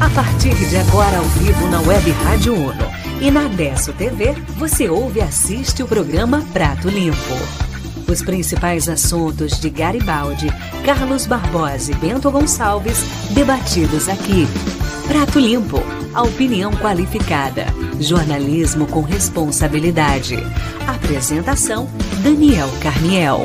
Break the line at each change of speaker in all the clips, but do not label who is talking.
A partir de agora, ao vivo na Web Rádio Uno e na Adesso TV, você ouve e assiste o programa Prato Limpo. Os principais assuntos de Garibaldi, Carlos Barbosa e Bento Gonçalves, debatidos aqui. Prato Limpo, a opinião qualificada. Jornalismo com responsabilidade. Apresentação, Daniel Carniel.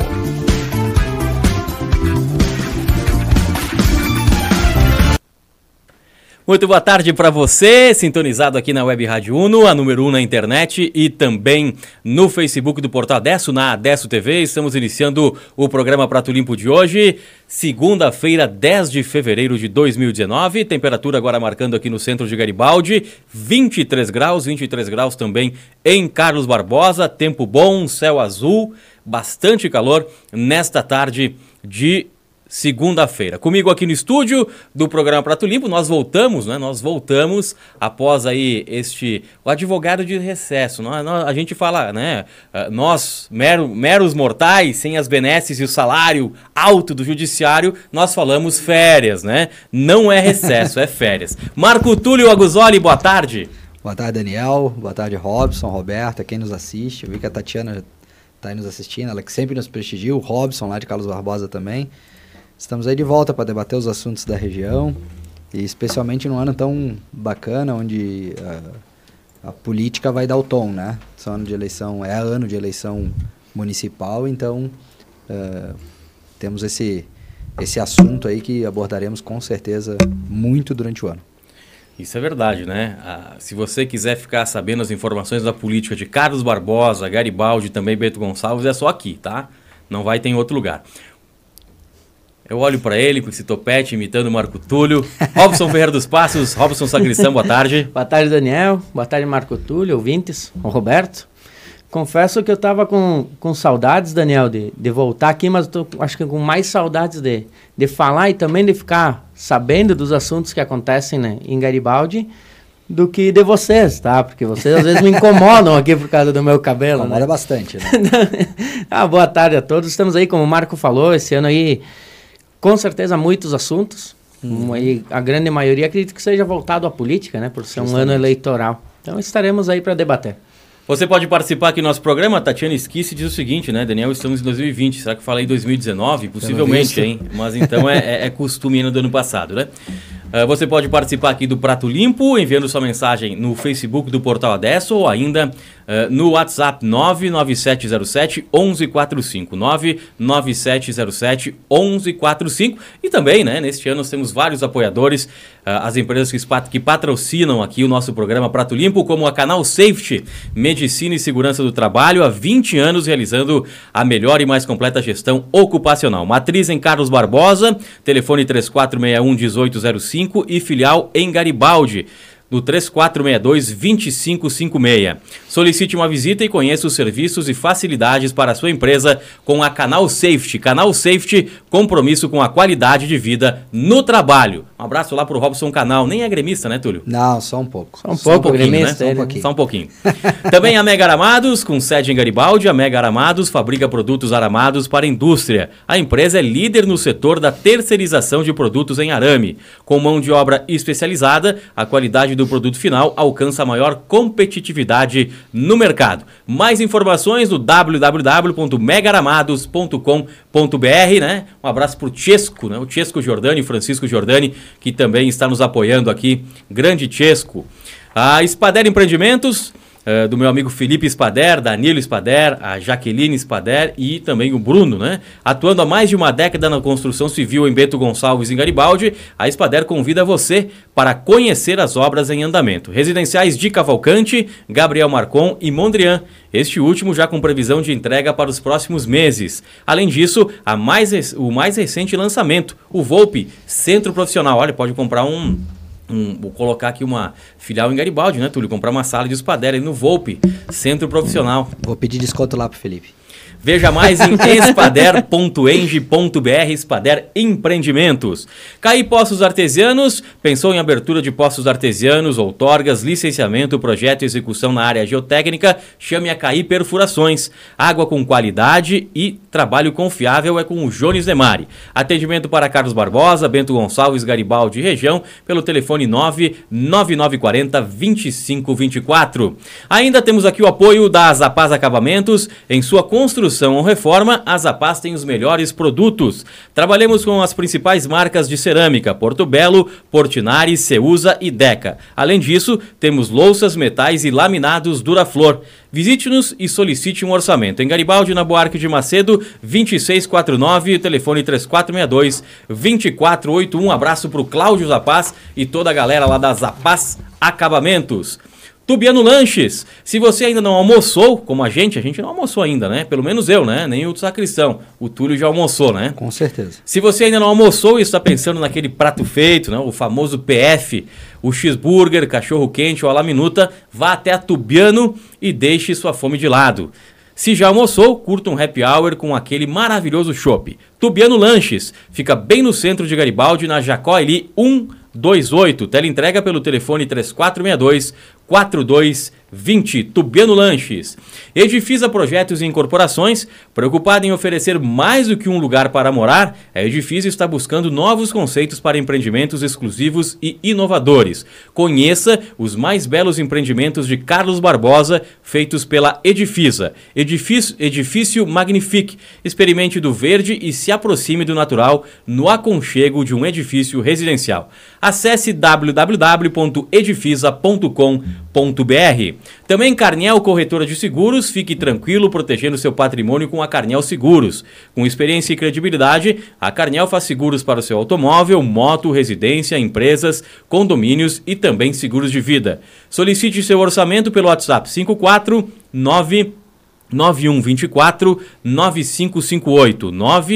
Muito boa tarde para você, sintonizado aqui na Web Rádio Uno, a número 1 na internet e também no Facebook do Portal Adesso, na Adesso TV. Estamos iniciando o programa Prato Limpo de hoje, segunda-feira, 10 de fevereiro de 2019. Temperatura agora marcando aqui no centro de Garibaldi, 23 graus também em Carlos Barbosa. Tempo bom, céu azul, bastante calor nesta tarde de segunda-feira. Comigo aqui no estúdio do programa Prato Limpo, nós voltamos após aí o advogado de recesso. A gente fala, né, nós, meros mortais, sem as benesses e o salário alto do judiciário, nós falamos férias, né? Não é recesso, é férias. Marco Túlio Aguzoli, boa tarde.
Boa tarde, Daniel. Boa tarde, Robson, Roberta, quem nos assiste. Eu vi que a Tatiana está aí nos assistindo, ela que sempre nos prestigia, o Robson lá de Carlos Barbosa também. Estamos aí de volta para debater os assuntos da região e especialmente num ano tão bacana onde a política vai dar o tom, né? Ano de eleição municipal, então temos esse assunto aí que abordaremos com certeza muito durante o ano.
Isso é verdade, né? Se você quiser ficar sabendo as informações da política de Carlos Barbosa, Garibaldi e também Bento Gonçalves, é só aqui, tá? Não vai ter em outro lugar. Eu olho para ele com esse topete imitando o Marco Túlio. Robson Ferreira dos Passos, Robson Sacristão, boa tarde.
Boa tarde, Daniel. Boa tarde, Marco Túlio, ouvintes, o Roberto. Confesso que eu estava com saudades, Daniel, de voltar aqui, mas estou acho que com mais saudades de falar e também de ficar sabendo dos assuntos que acontecem, né, em Garibaldi do que de vocês, tá? Porque vocês às vezes me incomodam aqui por causa do meu cabelo.
Incomoda, né? Bastante, né?
Boa tarde a todos. Estamos aí, como o Marco falou, esse ano aí com certeza muitos assuntos, e a grande maioria acredito que seja voltado à política, né, por ser um ano eleitoral. Então estaremos aí para debater.
Você pode participar aqui do nosso programa. A Tatiana Esquisse diz o seguinte, né, Daniel, estamos em 2020, será que eu falei 2019? Possivelmente, hein? Mas então é costume do ano passado, né? Você pode participar aqui do Prato Limpo, enviando sua mensagem no Facebook do Portal Adesso ou ainda no WhatsApp 99707-1145, 99707-1145. E também, né, neste ano nós temos vários apoiadores, as empresas que patrocinam aqui o nosso programa Prato Limpo, como a Canal Safety, Medicina e Segurança do Trabalho, há 20 anos realizando a melhor e mais completa gestão ocupacional. Matriz em Carlos Barbosa, telefone 3461-1805 e filial em Garibaldi, no 3462-2556. Solicite uma visita e conheça os serviços e facilidades para a sua empresa com a Canal Safety. Canal Safety, compromisso com a qualidade de vida no trabalho. Um abraço lá pro Robson Canal. Nem é gremista, né, Túlio?
Não, só um pouco.
Só um pouco,
gremista, né? Só um pouquinho. Também a Mega Aramados, com sede em Garibaldi. A Mega Aramados fabrica produtos aramados para a indústria. A empresa é líder no setor da terceirização de produtos em arame. Com mão de obra especializada, a qualidade do produto final alcança a maior competitividade no mercado. Mais informações no www.megaramados.com.br, né? Um abraço pro Chesco, né? O Chesco Giordani, Francisco Giordani, que também está nos apoiando aqui. Grande Chesco. A Spader Empreendimentos, do meu amigo Felipe Spader, Danilo Spader, a Jaqueline Spader e também o Bruno, né? Atuando há mais de uma década na construção civil em Bento Gonçalves, em Garibaldi, a Spader convida você para conhecer as obras em andamento. Residenciais de Cavalcante, Gabriel Marcon e Mondrian. Este último já com previsão de entrega para os próximos meses. Além disso, o mais recente lançamento, o Volpe Centro Profissional. Olha, pode comprar vou colocar aqui uma filial em Garibaldi, né, Túlio? Comprar uma sala de Spader aí no Volpe Centro Profissional.
Vou pedir desconto lá pro Felipe.
Veja mais em espader.eng.br, Espader Empreendimentos. CAI Poços Artesianos, pensou em abertura de poços artesianos, outorgas, licenciamento, projeto e execução na área geotécnica, chame a CAI Perfurações. Água com qualidade e trabalho confiável é com o Jones Demari. Atendimento para Carlos Barbosa, Bento Gonçalves, Garibaldi e região, pelo telefone 99940-2524. Ainda temos aqui o apoio da Azapaz Acabamentos. Em sua construção ou reforma, a Azapaz tem os melhores produtos. Trabalhamos com as principais marcas de cerâmica, Porto Belo, Portinari, Ceusa e Deca. Além disso, temos louças, metais e laminados Duraflor. Visite-nos e solicite um orçamento. Em Garibaldi, na Buarque de Macedo, 2649, telefone 3462-2481. Abraço para o Cláudio Zapaz e toda a galera lá da Zapaz Acabamentos. Tubiano Lanches, se você ainda não almoçou, como a gente não almoçou ainda, né? Pelo menos eu, né? Nem o sacristão. O Túlio já almoçou, né?
Com certeza.
Se você ainda não almoçou e está pensando naquele prato feito, né? O famoso PF, o cheeseburger, cachorro quente ou a la minuta, vá até a Tubiano e deixe sua fome de lado. Se já almoçou, curta um happy hour com aquele maravilhoso chopp. Tubiano Lanches, fica bem no centro de Garibaldi, na Jacó Eli 128. Teleentrega pelo telefone 3462-4220. Tubiano Lanches. Edifisa Projetos e Incorporações, preocupada em oferecer mais do que um lugar para morar, a Edifisa está buscando novos conceitos para empreendimentos exclusivos e inovadores. Conheça os mais belos empreendimentos de Carlos Barbosa, feitos pela Edifisa. Edifício Magnifique. Experimente do verde e se aproxime do natural no aconchego de um edifício residencial. Acesse www.edifisa.com.br. Também Carniel Corretora de Seguros, fique tranquilo protegendo seu patrimônio com a Carniel Seguros. Com experiência e credibilidade, a Carniel faz seguros para o seu automóvel, moto, residência, empresas, condomínios e também seguros de vida. Solicite seu orçamento pelo WhatsApp 549-9124-9558,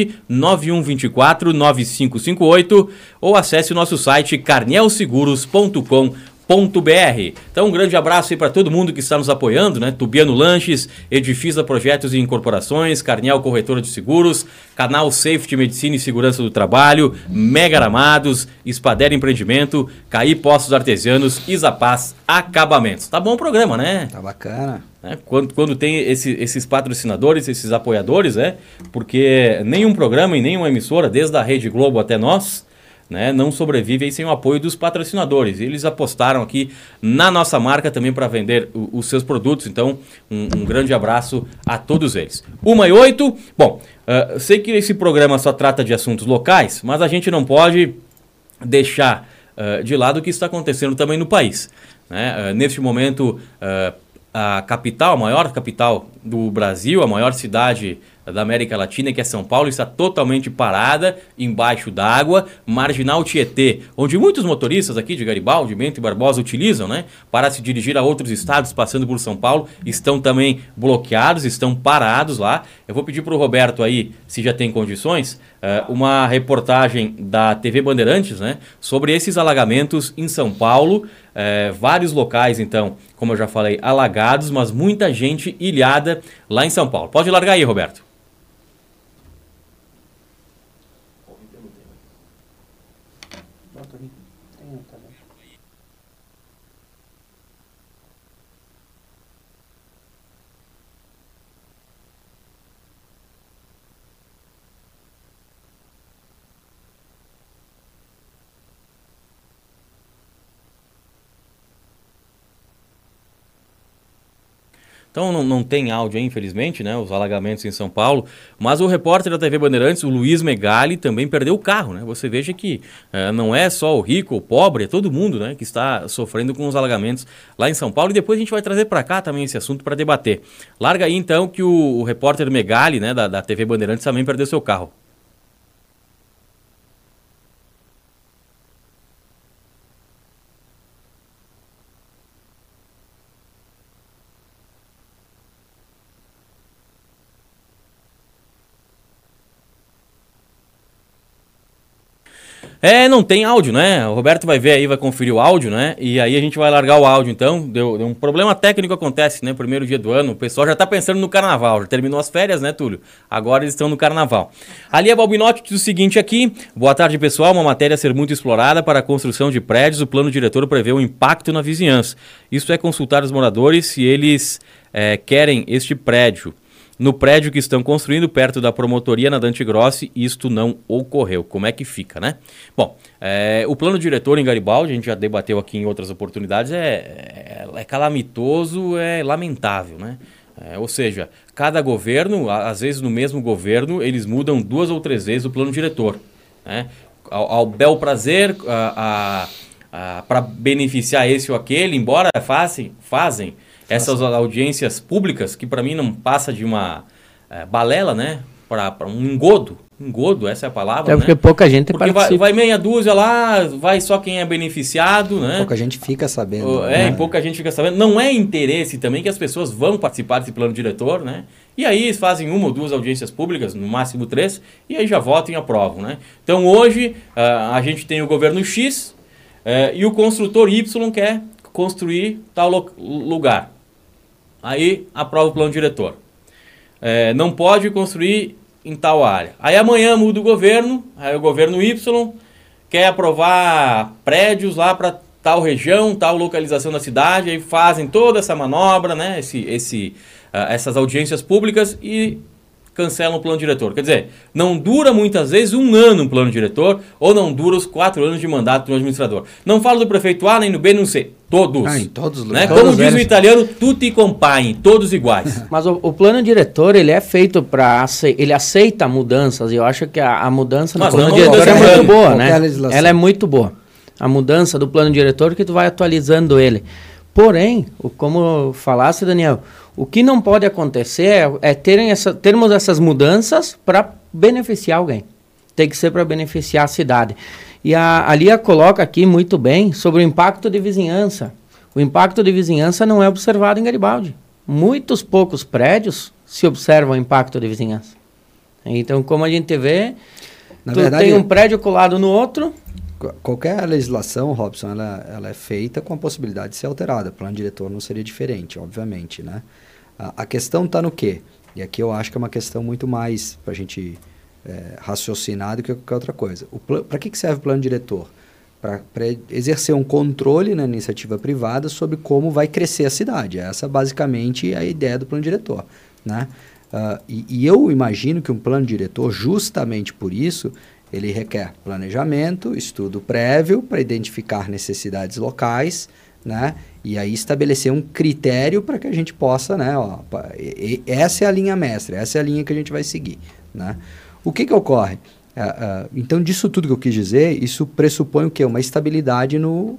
99124-9558 ou acesse o nosso site carnielseguros.com.br. Então um grande abraço aí para todo mundo que está nos apoiando, né? Tubiano Lanches, Edifisa Projetos e Incorporações, Carniel Corretora de Seguros, Canal Safety Medicina e Segurança do Trabalho, Mega Aramados, Espader Empreendimento, CAI Poços Artesianos e Zapaz Acabamentos. Tá bom o programa, né?
Tá bacana.
Quando tem esses patrocinadores, esses apoiadores, porque nenhum programa e nenhuma emissora, desde a Rede Globo até nós, né, não sobrevive aí sem o apoio dos patrocinadores. Eles apostaram aqui na nossa marca também para vender os seus produtos. Então, um grande abraço a todos eles. 1h08. Bom, sei que esse programa só trata de assuntos locais, mas a gente não pode deixar de lado o que está acontecendo também no país, né? Neste momento, a capital, a maior capital do Brasil, a maior cidade da América Latina, que é São Paulo, está totalmente parada, embaixo d'água. Marginal Tietê, onde muitos motoristas aqui de Garibaldi, Bento e Barbosa utilizam, né, para se dirigir a outros estados, passando por São Paulo, estão também bloqueados, estão parados lá. Eu vou pedir para o Roberto aí, se já tem condições, uma reportagem da TV Bandeirantes, né, sobre esses alagamentos em São Paulo. Vários locais, então, como eu já falei, alagados, mas muita gente ilhada lá em São Paulo. Pode largar aí, Roberto. Então não tem áudio aí, infelizmente, né? Os alagamentos em São Paulo. Mas o repórter da TV Bandeirantes, o Luiz Megali, também perdeu o carro, né? Você veja que não é só o rico, o pobre, é todo mundo, né, que está sofrendo com os alagamentos lá em São Paulo. E depois a gente vai trazer para cá também esse assunto para debater. Larga aí então que o repórter Megali, né, da TV Bandeirantes, também perdeu seu carro. Não tem áudio, né? O Roberto vai ver aí, vai conferir o áudio, né? E aí a gente vai largar o áudio, então. Deu um problema técnico acontece, né? Primeiro dia do ano, o pessoal já tá pensando no carnaval. Já terminou as férias, né, Túlio? Agora eles estão no carnaval. Ali a Balbinotti diz o seguinte aqui. Boa tarde, pessoal. Uma matéria a ser muito explorada para a construção de prédios. O plano diretor prevê um impacto na vizinhança. Isso é consultar os moradores se eles querem este prédio. No prédio que estão construindo, perto da promotoria na Dante Grossi, isto não ocorreu. Como é que fica, né? Bom, o plano diretor em Garibaldi, a gente já debateu aqui em outras oportunidades, é calamitoso, é lamentável, né? Ou seja, cada governo, às vezes no mesmo governo, eles mudam 2 ou 3 vezes o plano diretor, né? Ao bel prazer, para beneficiar esse ou aquele, embora fazem essas audiências públicas, que para mim não passa de uma balela, né? Para um engodo, essa é a palavra,
porque pouca gente participa.
Porque vai meia dúzia lá, vai só quem é beneficiado, né?
Pouca gente fica sabendo.
Pouca gente fica sabendo. Não é interesse também que as pessoas vão participar desse plano diretor, né? E aí eles fazem 1 ou 2 audiências públicas, no máximo 3, e aí já votam e aprovam, né? Então hoje a gente tem o governo X e o construtor Y quer construir tal lugar. Aí aprova o plano diretor. Não pode construir em tal área. Aí amanhã muda o governo, aí o governo Y quer aprovar prédios lá para tal região, tal localização da cidade, aí fazem toda essa manobra, né? Essas audiências públicas e cancelam o plano diretor. Quer dizer, não dura muitas vezes 1 ano um plano diretor, ou não dura os 4 anos de mandato do administrador. Não falo do prefeito A, nem do B, não sei. Todos.
Em todos os
né?
lugares.
Como diz o italiano, tutti compagni, todos iguais.
Mas o plano diretor, ele é feito para... Ele aceita mudanças, e eu acho que a mudança no plano diretor é muito boa, né? Ela é muito boa. A mudança do plano diretor, que tu vai atualizando ele. Porém, como falasse, Daniel, o que não pode acontecer é termos essas mudanças para beneficiar alguém. Tem que ser para beneficiar a cidade. E a Lia coloca aqui muito bem sobre o impacto de vizinhança. O impacto de vizinhança não é observado em Garibaldi. Muitos poucos prédios se observam o impacto de vizinhança. Então, como a gente vê, tem um prédio colado no outro.
Qualquer legislação, Robson, ela é feita com a possibilidade de ser alterada. O plano diretor não seria diferente, obviamente, né? A questão está no quê? E aqui eu acho que é uma questão muito mais para a gente raciocinar do que qualquer outra coisa. Para que serve o plano diretor? Para exercer um controle na iniciativa privada sobre como vai crescer a cidade. Essa basicamente é a ideia do plano diretor, né? E eu imagino que um plano diretor, justamente por isso, ele requer planejamento, estudo prévio para identificar necessidades locais, né? E aí estabelecer um critério para que a gente possa, né? Essa é a linha mestra, essa é a linha que a gente vai seguir, né? O que ocorre? Então, disso tudo que eu quis dizer, isso pressupõe o quê? Uma estabilidade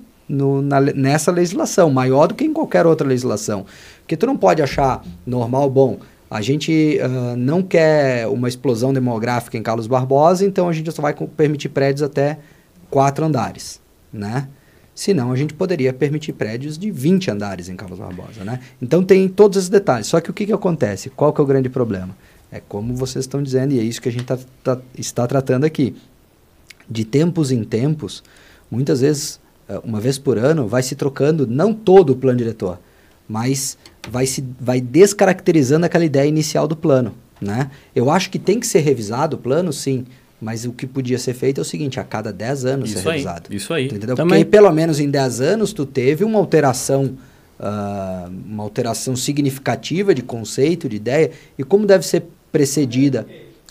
nessa legislação, maior do que em qualquer outra legislação. Porque tu não pode achar normal, bom, a gente não quer uma explosão demográfica em Carlos Barbosa, então a gente só vai permitir prédios até 4 andares, né? Senão a gente poderia permitir prédios de 20 andares em Carlos Barbosa, né? Então tem todos esses detalhes. Só que o que acontece? Qual que é o grande problema? É como vocês estão dizendo, e é isso que a gente está tratando aqui. De tempos em tempos, muitas vezes, uma vez por ano, vai se trocando, não todo o plano diretor, mas vai descaracterizando aquela ideia inicial do plano, né? Eu acho que tem que ser revisado o plano, sim, mas o que podia ser feito é o seguinte, a cada 10 anos ser revisado.
Isso aí.
Entendeu? Porque aí, pelo menos em 10 anos tu teve uma alteração significativa de conceito, de ideia, e como deve ser precedida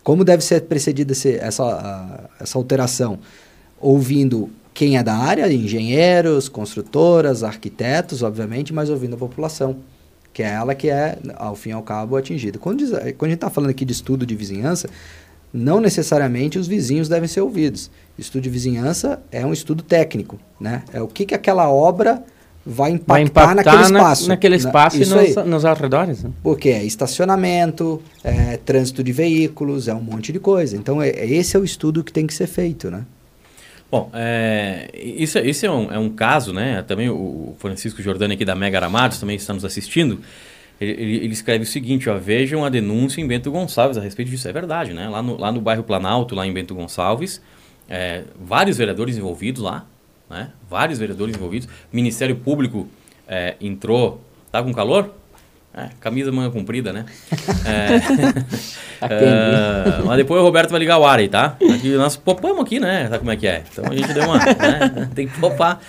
essa alteração? Ouvindo quem é da área, engenheiros, construtoras, arquitetos, obviamente, mas ouvindo a população, que é ela que é, ao fim e ao cabo, atingida. Quando a gente está falando aqui de estudo de vizinhança, não necessariamente os vizinhos devem ser ouvidos. Estudo de vizinhança é um estudo técnico, né? É o que aquela obra vai impactar naquele espaço.
Naquele espaço e nos arredores. Né?
Porque é estacionamento, trânsito de veículos, é um monte de coisa. Então, esse é o estudo que tem que ser feito, né?
Bom, isso é um caso, né? Também o Francisco Jordani aqui da Mega Aramados também está nos assistindo. Ele escreve o seguinte, ó, vejam a denúncia em Bento Gonçalves a respeito disso. É verdade, né? Lá no bairro Planalto, lá em Bento Gonçalves, vários vereadores envolvidos lá, né? Vários vereadores envolvidos. Ministério Público entrou... Tá com calor? Camisa manga comprida, né? Mas depois o Roberto vai ligar o ar aí, tá? Aqui, nós popamos aqui, né? Sabe como é que é? Então a gente deu uma... né? Tem que popar.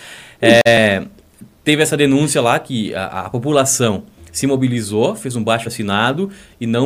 Teve essa denúncia lá que a população se mobilizou, fez um baixo-assinado e não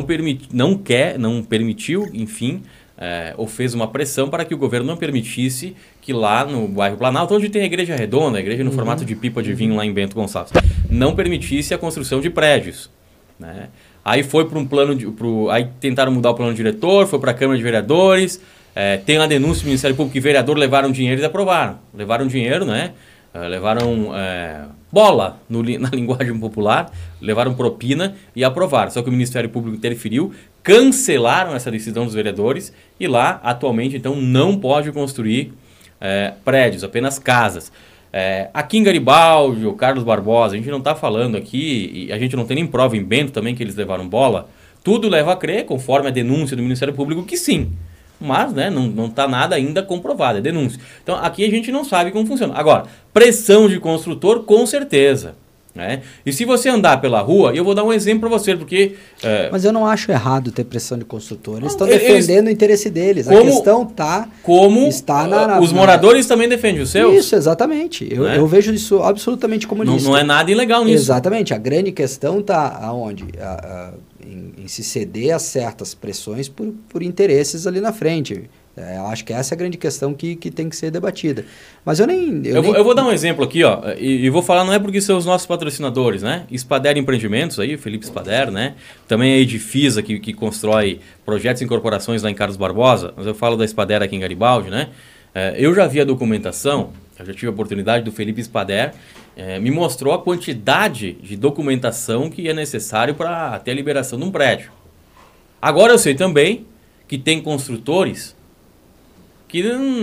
permitiu, enfim... ou fez uma pressão para que o governo não permitisse que lá no bairro Planalto, onde tem a igreja redonda, a igreja no formato de pipa de vinho lá em Bento Gonçalves, não permitisse a construção de prédios, né? Aí foi para um plano, aí tentaram mudar o plano diretor, foi para a Câmara de Vereadores, tem uma denúncia do Ministério Público que vereador levaram dinheiro e eles aprovaram. Levaram dinheiro, né? Levaram bola, na linguagem popular, levaram propina e aprovaram. Só que o Ministério Público interferiu, cancelaram essa decisão dos vereadores e lá, atualmente, então, não pode construir prédios, apenas casas. Aqui em Garibaldi, o Carlos Barbosa, a gente não está falando aqui, e a gente não tem nem prova em Bento também que eles levaram bola, tudo leva a crer, conforme a denúncia do Ministério Público, que sim. Mas, né, não está nada ainda comprovado, é denúncia. Então, aqui a gente não sabe como funciona. Agora, pressão de construtor, com certeza. Né? E se você andar pela rua, eu vou dar um exemplo para você, porque...
Mas eu não acho errado ter pressão de construtor. Eles estão defendendo o interesse deles. A questão está na...
Os moradores também defendem o seu?
Isso, exatamente. Eu vejo isso absolutamente como lícito.
Não é nada ilegal nisso.
Exatamente. A grande questão está aonde? Em se ceder a certas pressões por interesses ali na frente. Eu acho que essa é a grande questão que tem que ser debatida. Mas eu
vou dar um exemplo aqui, ó, e vou falar, não é porque são os nossos patrocinadores, né? Spader Empreendimentos, aí, o Felipe Spader, né? Também a Edifisa, que constrói projetos e incorporações lá em Carlos Barbosa, mas eu falo da Spader aqui em Garibaldi, né? Eu já vi a documentação, eu já tive a oportunidade do Felipe Spader, me mostrou a quantidade de documentação que é necessário para ter a liberação de um prédio. Agora eu sei também que tem construtores que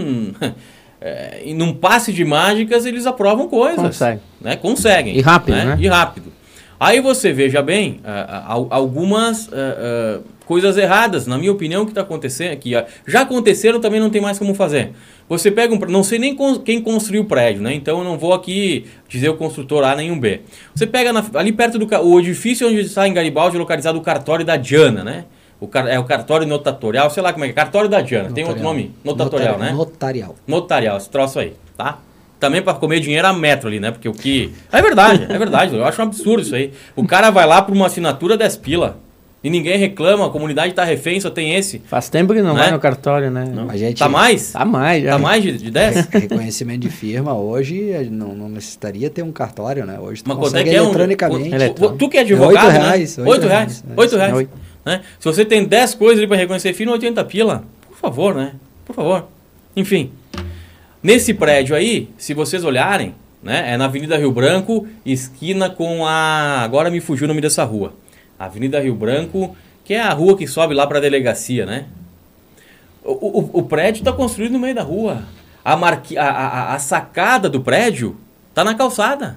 num passe de mágicas eles aprovam coisas. Conseguem.
E rápido, né?
E rápido. Aí você veja bem algumas coisas erradas, na minha opinião, que está acontecendo, que já aconteceram, também não tem mais como fazer. Você pega não sei nem quem construiu o prédio, né? Então eu não vou aqui dizer o construtor A nem o B. Você pega ali perto o edifício onde está em Garibaldi, localizado o cartório da Diana, né? O cartório notatorial, sei lá como é que é. Cartório da Diana, tem outro nome? Notatorial, né? Notarial, esse troço aí, tá? Também para comer dinheiro a metro ali, né? Porque o que... É verdade. Eu acho um absurdo isso aí. O cara vai lá por uma assinatura 10 pila. E ninguém reclama, a comunidade tá refém, só tem esse.
Faz tempo que não vai no cartório, né?
Não. Gente,
tá mais?
Tá mais, já.
Tá mais de 10?
Reconhecimento de firma hoje não necessitaria ter um cartório, né? Hoje tu
mas
consegue eletronicamente.
Tu que é advogado,
R$8,
né? R$8. Né? Se você tem 10 coisas ali para reconhecer firma, 80 pila. Por favor, né? Por favor. Enfim. Nesse prédio aí, se vocês olharem, né? É na Avenida Rio Branco, esquina com a... Agora me fugiu o nome dessa rua. Avenida Rio Branco, que é a rua que sobe lá para a delegacia, né? O prédio está construído no meio da rua. A sacada do prédio está na calçada.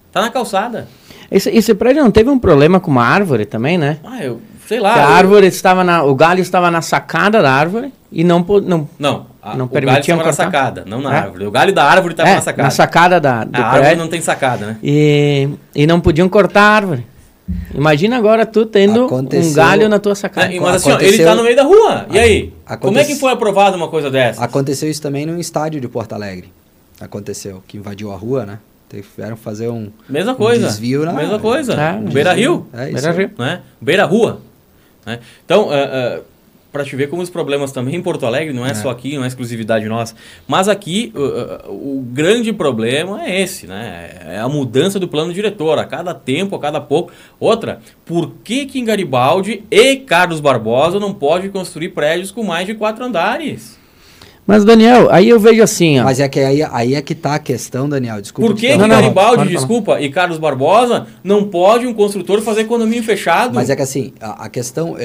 Esse prédio não teve um problema com uma árvore também, né?
Eu sei lá.
A árvore o galho estava na sacada da árvore e não permitiam
o galho estava na sacada, não na árvore. O galho da árvore estava na sacada.
Na sacada do prédio.
A árvore não tem sacada, né?
E não podiam cortar a árvore. Imagina agora tu tendo um galho na tua sacada.
Mas assim, ele está no meio da rua. E aí? Como é que foi aprovada uma coisa dessa?
Aconteceu isso também no estádio de Porto Alegre. Aconteceu, que invadiu a rua, né? Tiveram que fazer um desvio.
Mesma coisa. Beira-Rio.
Beira-Rio.
Né? Beira-rua. Né? Então, para te ver como os problemas também em Porto Alegre, não é só aqui, não é exclusividade nossa. Mas aqui, o grande problema é esse, né? É a mudança do plano diretor, a cada tempo, a cada pouco. Outra, por que em Garibaldi e Carlos Barbosa não pode construir prédios com mais de 4 andares?
Mas, Daniel, aí eu vejo assim, ó.
Mas é que aí é que tá a questão, Daniel, desculpa.
Por que em Garibaldi, e Carlos Barbosa não pode um construtor fazer condomínio fechado?
Mas é que assim, a questão,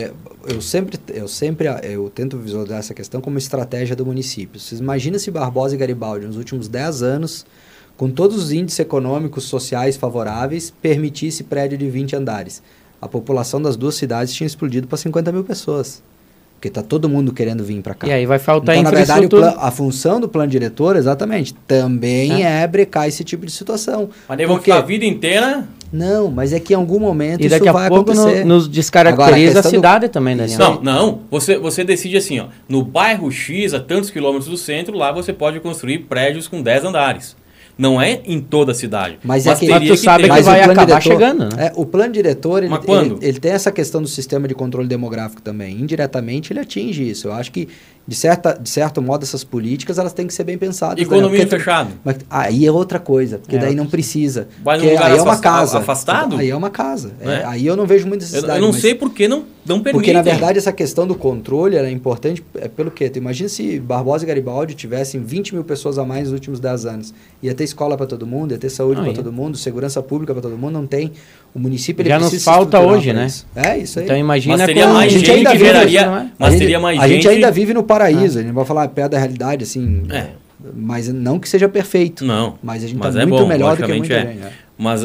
eu tento visualizar essa questão como estratégia do município. Vocês imaginam se Barbosa e Garibaldi, nos últimos 10 anos, com todos os índices econômicos, sociais favoráveis, permitisse prédio de 20 andares. A população das duas cidades tinha explodido para 50 mil pessoas. Porque está todo mundo querendo vir para cá.
E aí vai faltar
então, na verdade,
infraestrutura.
a função do plano diretor, exatamente, também é brecar esse tipo de situação.
Mas daí vão ficar a vida inteira...
Não, mas é que em algum momento
e daqui
isso vai
a pouco
acontecer.
nos descaracteriza a cidade também, Daniel.
Não. Você decide assim, ó, no bairro X, a tantos quilômetros do centro, lá você pode construir prédios com 10 andares. Não é em toda a cidade.
Mas
tu sabe que vai acabar chegando, né?
O plano diretor,
ele
tem essa questão do sistema de controle demográfico também. Indiretamente, ele atinge isso. Eu acho que, de certo modo, essas políticas elas têm que ser bem pensadas.
Economia fechada.
Mas aí é outra coisa, porque daí não precisa.
Vai num lugar
aí é uma casa.
afastado?
Aí é uma casa. Aí eu não vejo muita necessidade.
Eu não sei por que não permitem.
Porque, na verdade, essa questão do controle é importante pelo quê? Tu imagina se Barbosa e Garibaldi tivessem 20 mil pessoas a mais nos últimos 10 anos. Ia ter escola para todo mundo, ia ter saúde para todo mundo, segurança pública para todo mundo. Não tem. O município ele
já nos falta hoje, né?
É isso aí.
Então imagina
mas teria mais gente que geraria. Mas teria mais gente.
A gente ainda vive no paraíso. A gente vai falar perto da realidade, assim. Mas não que seja perfeito.
Não.
Mas a gente está muito melhor do que muita gente.
Mas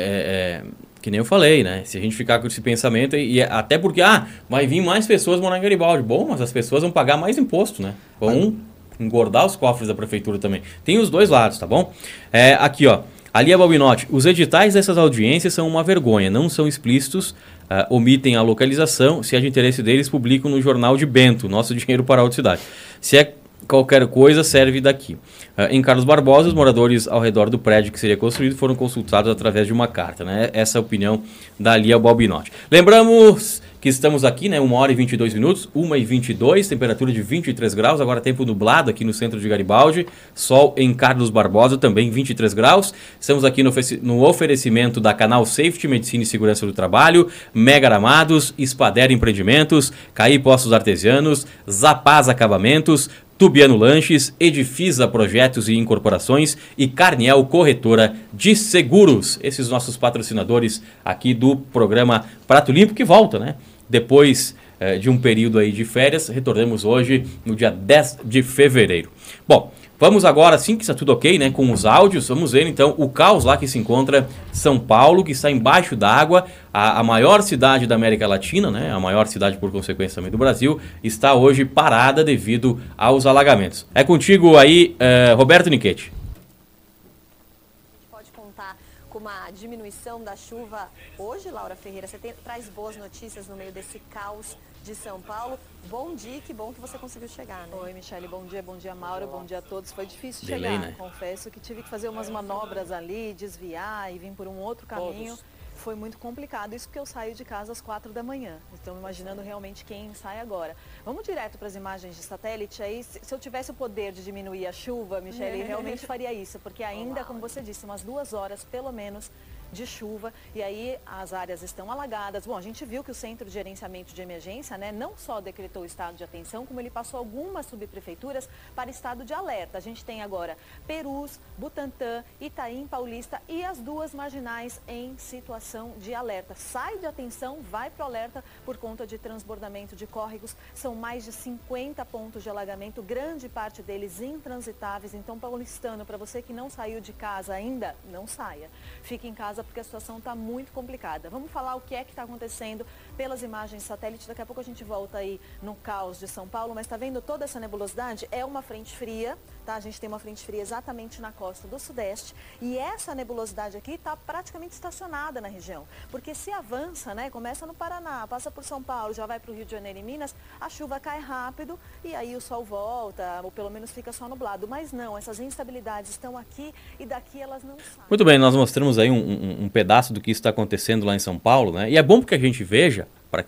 que nem eu falei, né? Se a gente ficar com esse pensamento, e até porque, vai vir mais pessoas morar em Garibaldi. Bom, mas as pessoas vão pagar mais imposto, né? Vão engordar os cofres da prefeitura também. Tem os dois lados, tá bom? Aqui, ó. Ali é Balbinotti. Os editais dessas audiências são uma vergonha, não são explícitos, omitem a localização. Se é de interesse deles, publicam no jornal de Bento, nosso dinheiro para a outra cidade. Se é qualquer coisa, serve daqui. Em Carlos Barbosa, os moradores ao redor do prédio que seria construído foram consultados através de uma carta, né? Essa é a opinião da Lia Balbinotti. Lembramos que estamos aqui, né? 1h22, 1h22, temperatura de 23 graus, agora tempo nublado aqui no centro de Garibaldi, sol em Carlos Barbosa, também 23 graus. Estamos aqui no oferecimento da Canal Safety, Medicina e Segurança do Trabalho, Mega Aramados, Espader Empreendimentos, Caí Postos Artesianos, Zapaz Acabamentos, Tubiano Lanches, Edifisa Projetos e Incorporações e Carniel Corretora de Seguros. Esses nossos patrocinadores aqui do programa Prato Limpo, que volta, né? Depois de um período aí de férias, retornamos hoje no dia 10 de fevereiro. Bom, vamos agora, assim que está tudo ok, né, com os áudios, vamos ver então o caos lá que se encontra São Paulo, que está embaixo d'água, a maior cidade da América Latina, né, a maior cidade por consequência também do Brasil, está hoje parada devido aos alagamentos. É contigo aí, Roberto Nichetti.
Pode contar com uma diminuição da chuva hoje, Laura Ferreira? Você traz boas notícias no meio desse caos de São Paulo. Bom dia, que bom que você conseguiu chegar, né?
Oi, Michele, bom dia, Mauro, bom dia a todos. Foi difícil
Delay,
chegar,
né?
Confesso que tive que fazer umas manobras ali, desviar e vir por um outro caminho. Foi muito complicado, isso porque eu saio de casa às 4 da manhã. Estão imaginando realmente quem sai agora. Vamos direto para as imagens de satélite. Aí, se eu tivesse o poder de diminuir a chuva, Michele, realmente faria isso, porque ainda, como você disse, umas 2 horas pelo menos de chuva, e aí as áreas estão alagadas. Bom, a gente viu que o Centro de Gerenciamento de Emergência, né, não só decretou estado de atenção, como ele passou algumas subprefeituras para estado de alerta. A gente tem agora Perus, Butantã, Itaim, Paulista e as 2 marginais em situação de alerta. Sai de atenção, vai para o alerta por conta de transbordamento de córregos. São mais de 50 pontos de alagamento, grande parte deles intransitáveis. Então, paulistano, para você que não saiu de casa ainda, não saia. Fique em casa porque a situação está muito complicada. Vamos falar o que é que está acontecendo pelas imagens satélite. Daqui a pouco a gente volta aí no caos de São Paulo, mas está vendo toda essa nebulosidade? É uma frente fria, tá? A gente tem uma frente fria exatamente na costa do Sudeste e essa nebulosidade aqui está praticamente estacionada na região, porque se avança, né? Começa no Paraná, passa por São Paulo, já vai para o Rio de Janeiro e Minas, a chuva cai rápido e aí o sol volta, ou pelo menos fica só nublado. Mas não, essas instabilidades estão aqui e daqui elas não saem.
Muito bem, nós mostramos aí um pedaço do que está acontecendo lá em São Paulo, né? E é bom porque a gente veja, para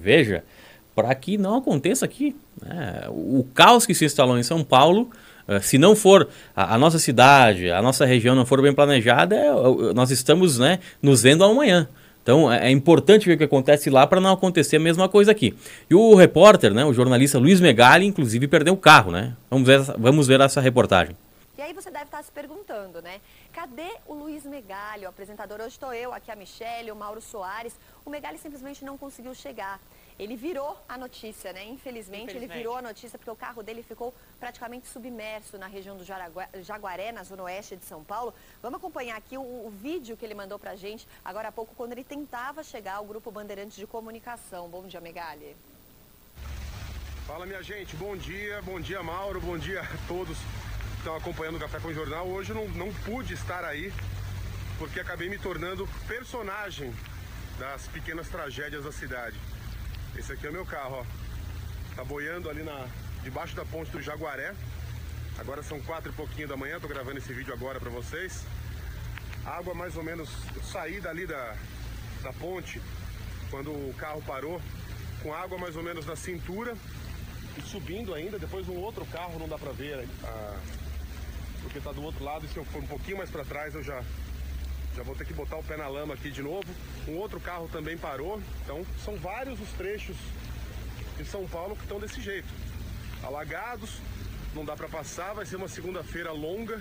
que não aconteça aqui, né? O caos que se instalou em São Paulo, se não for a nossa cidade, a nossa região não for bem planejada, nós estamos, né, nos vendo amanhã. Então é importante ver o que acontece lá para não acontecer a mesma coisa aqui. E o repórter, né, o jornalista Luiz Megali, inclusive perdeu o carro, né? Vamos ver essa reportagem.
E aí você deve estar se perguntando, né? Cadê o Luiz Megali, o apresentador? Hoje estou eu, aqui a Michele, o Mauro Soares. O Megali simplesmente não conseguiu chegar. Ele virou a notícia, né? Infelizmente, ele virou a notícia porque o carro dele ficou praticamente submerso na região do Jaguaré, na zona oeste de São Paulo. Vamos acompanhar aqui o vídeo que ele mandou pra gente agora há pouco, quando ele tentava chegar ao Grupo Bandeirantes de Comunicação. Bom dia, Megali.
Fala, minha gente, bom dia Mauro, bom dia a todos que estão acompanhando o Café com o Jornal. Hoje eu não pude estar aí porque acabei me tornando personagem das pequenas tragédias da cidade. Esse aqui é o meu carro, ó. Tá boiando ali debaixo da ponte do Jaguaré. Agora são 4 e pouquinho da manhã, tô gravando esse vídeo agora pra vocês. Água mais ou menos, eu saí dali da ponte quando o carro parou, com água mais ou menos na cintura e subindo ainda. Depois um outro carro não dá pra ver, porque tá do outro lado, e se eu for um pouquinho mais pra trás eu já vou ter que botar o pé na lama aqui de novo. Um outro carro também parou. Então são vários os trechos de São Paulo que estão desse jeito, alagados, não dá para passar. Vai ser uma segunda-feira longa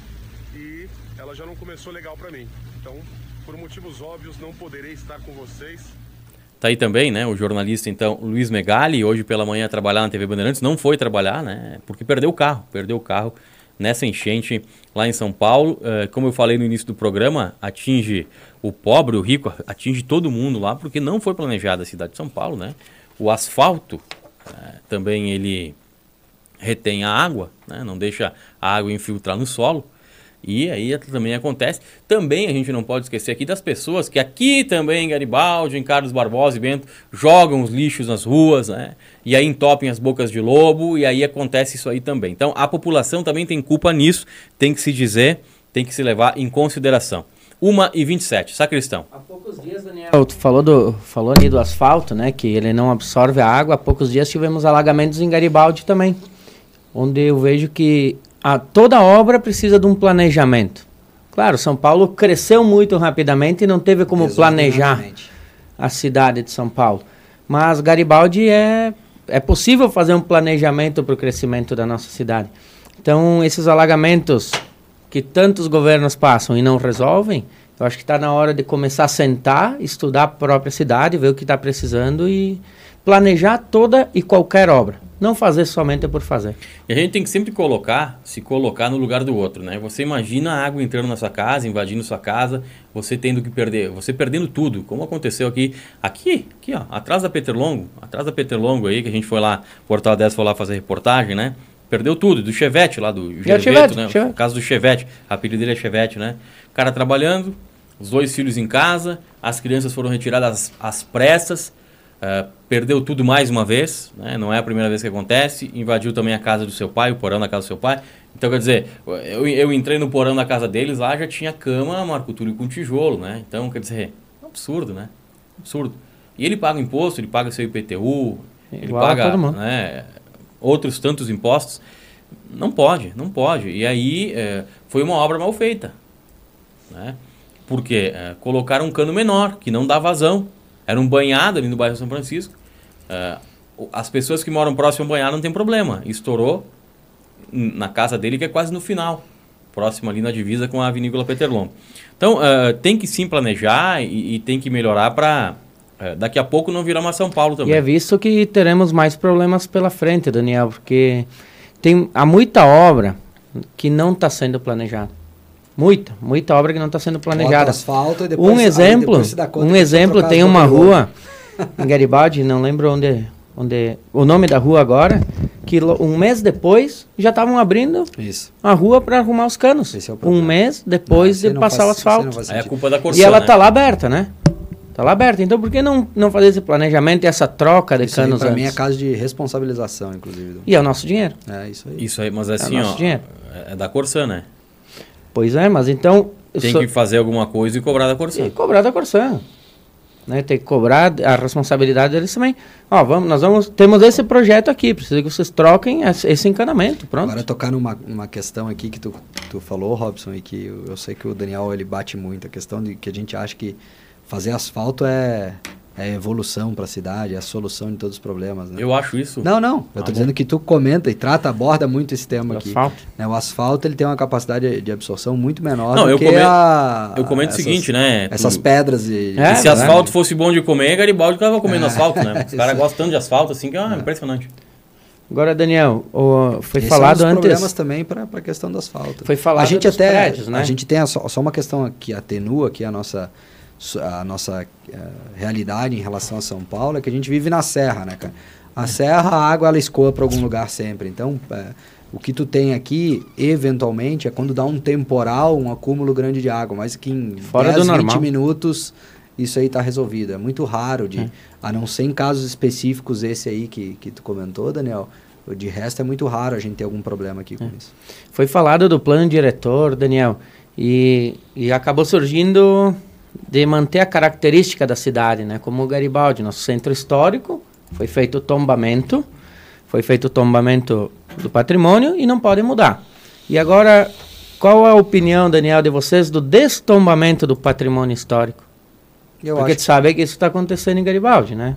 e ela já não começou legal para mim. Então, por motivos óbvios, não poderei estar com vocês.
Tá aí também, né, o jornalista, então, Luiz Megali, hoje pela manhã trabalhar na TV Bandeirantes, não foi trabalhar, né, porque perdeu o carro nessa enchente lá em São Paulo. Como eu falei no início do programa, atinge o pobre, o rico, atinge todo mundo lá, porque não foi planejada a cidade de São Paulo, né? O asfalto também ele retém a água, né? Não deixa a água infiltrar no solo. E aí também acontece. Também a gente não pode esquecer aqui das pessoas que aqui também em Garibaldi, em Carlos Barbosa e Bento, jogam os lixos nas ruas, né? E aí entopem as bocas de lobo, e aí acontece isso aí também. Então a população também tem culpa nisso, tem que se dizer, tem que se levar em consideração. 1h27, Sacristão.
Há poucos dias, Daniel, tu falou ali do asfalto, né? Que ele não absorve a água. Há poucos dias tivemos alagamentos em Garibaldi também, onde eu vejo que toda obra precisa de um planejamento. Claro, São Paulo cresceu muito rapidamente e não teve como planejar a cidade de São Paulo. Mas Garibaldi é possível fazer um planejamento para o crescimento da nossa cidade. Então, esses alagamentos que tantos governos passam e não resolvem, eu acho que está na hora de começar a sentar, estudar a própria cidade, ver o que está precisando e planejar toda e qualquer obra. Não fazer somente por fazer.
E a gente tem que sempre se colocar no lugar do outro, né? Você imagina a água entrando na sua casa, invadindo sua casa, você tendo que perder, você perdendo tudo, como aconteceu aqui, ó, atrás da Peterlongo aí, que a gente foi lá, Portal 10 foi lá fazer reportagem, né? Perdeu tudo, do Chevette lá, do Gerveto, né? O caso do Chevette, a apelido dele é Chevette, né? O cara trabalhando, os 2 filhos em casa, as crianças foram retiradas às pressas, perdeu tudo mais uma vez, né? Não é a primeira vez que acontece, invadiu também a casa do seu pai, o porão da casa do seu pai. Então, quer dizer, eu entrei no porão da casa deles, lá já tinha cama, Marco Túlio com tijolo, né? Então, quer dizer, é um absurdo, né? Absurdo. E ele paga imposto, ele paga seu IPTU, ele paga, né, outros tantos impostos. Não pode. E aí foi uma obra mal feita, né? Porque colocaram um cano menor, que não dá vazão. Era um banhado ali no bairro São Francisco. As pessoas que moram próximo ao banhado não tem problema. Estourou na casa dele, que é quase no final, próximo ali na divisa com a Vinícola Peterlongo. Então, tem que sim planejar e tem que melhorar para daqui a pouco não virar uma São Paulo também.
E é visto que teremos mais problemas pela frente, Daniel, porque há muita obra que não está sendo planejada. Muita obra que não está sendo planejada.
Asfalto e depois,
um exemplo tem uma rua em Garibaldi, não lembro onde o nome da rua agora, que um mês depois já estavam abrindo a rua para arrumar os canos.
Esse é o problema.
Um mês depois de passar o asfalto.
É a culpa da Corsã,
e ela está lá aberta, né? Está lá aberta. Então por que não fazer esse planejamento e essa troca de canos antes?
Para mim é caso de responsabilização, inclusive.
E é o nosso dinheiro.
É isso aí.
Isso aí, mas assim, é da Corsã, né?
Pois é, mas então...
Tem que fazer alguma coisa e cobrar da Corsã.
E cobrar da Corsã. Né? Tem que cobrar a responsabilidade deles também. Temos esse projeto aqui, precisa que vocês troquem esse encanamento, pronto.
Agora tocar numa questão aqui que tu falou, Robson, e que eu sei que o Daniel ele bate muito, a questão de que a gente acha que fazer asfalto é evolução para a cidade, é a solução de todos os problemas, né?
Eu acho isso.
Não. Eu estou dizendo que tu comenta e aborda muito esse tema aqui.
Asfalto.
Né? O asfalto ele tem uma capacidade de absorção muito menor
do que
eu
comento o seguinte, né?
Essas pedras
e se asfalto fosse bom de comer, Garibaldi estava comendo asfalto, né? Os caras gostam tanto de asfalto assim que é impressionante.
Agora, Daniel, foi
Esse
falado
é um dos
antes...
problemas também para a questão do asfalto.
Foi falado dos prédios, né?
A gente tem só uma questão que atenua aqui a nossa realidade em relação a São Paulo, é que a gente vive na serra, né, cara? A serra, a água, ela escoa para algum lugar sempre. Então, o que tu tem aqui, eventualmente, é quando dá um temporal, um acúmulo grande de água. Mas que em 10, 20 minutos, isso aí está resolvido. É muito raro, a não ser em casos específicos, esse aí que tu comentou, Daniel. De resto, é muito raro a gente ter algum problema aqui com isso.
Foi falado do plano diretor, Daniel, e acabou surgindo de manter a característica da cidade, né? Como o Garibaldi, nosso centro histórico, foi feito o tombamento do patrimônio e não pode mudar. E agora, qual a opinião, Daniel, de vocês do destombamento do patrimônio histórico? Porque tu sabe que isso está acontecendo em Garibaldi, né?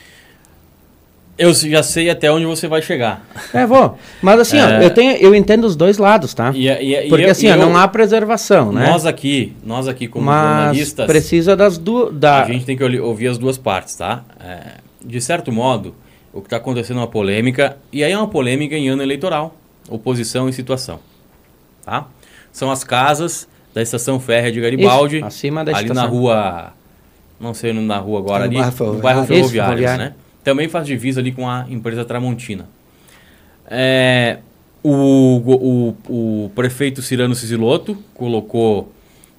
Eu já sei até onde você vai chegar.
Vou. Mas assim, eu entendo os dois lados, tá? Porque assim, não há preservação, né?
Nós aqui como jornalistas...
precisa das duas...
A gente tem que ouvir as duas partes, tá? De certo modo, o que está acontecendo é uma polêmica, e aí é uma polêmica em ano eleitoral, oposição e situação, tá? São as casas da Estação Férrea de Garibaldi,
isso, acima da
ali
estação.
Na rua... Não sei na rua agora, ali,
no
bairro Ferroviário, né? Também faz divisa ali com a empresa Tramontina. O prefeito Cirano Cisilotto colocou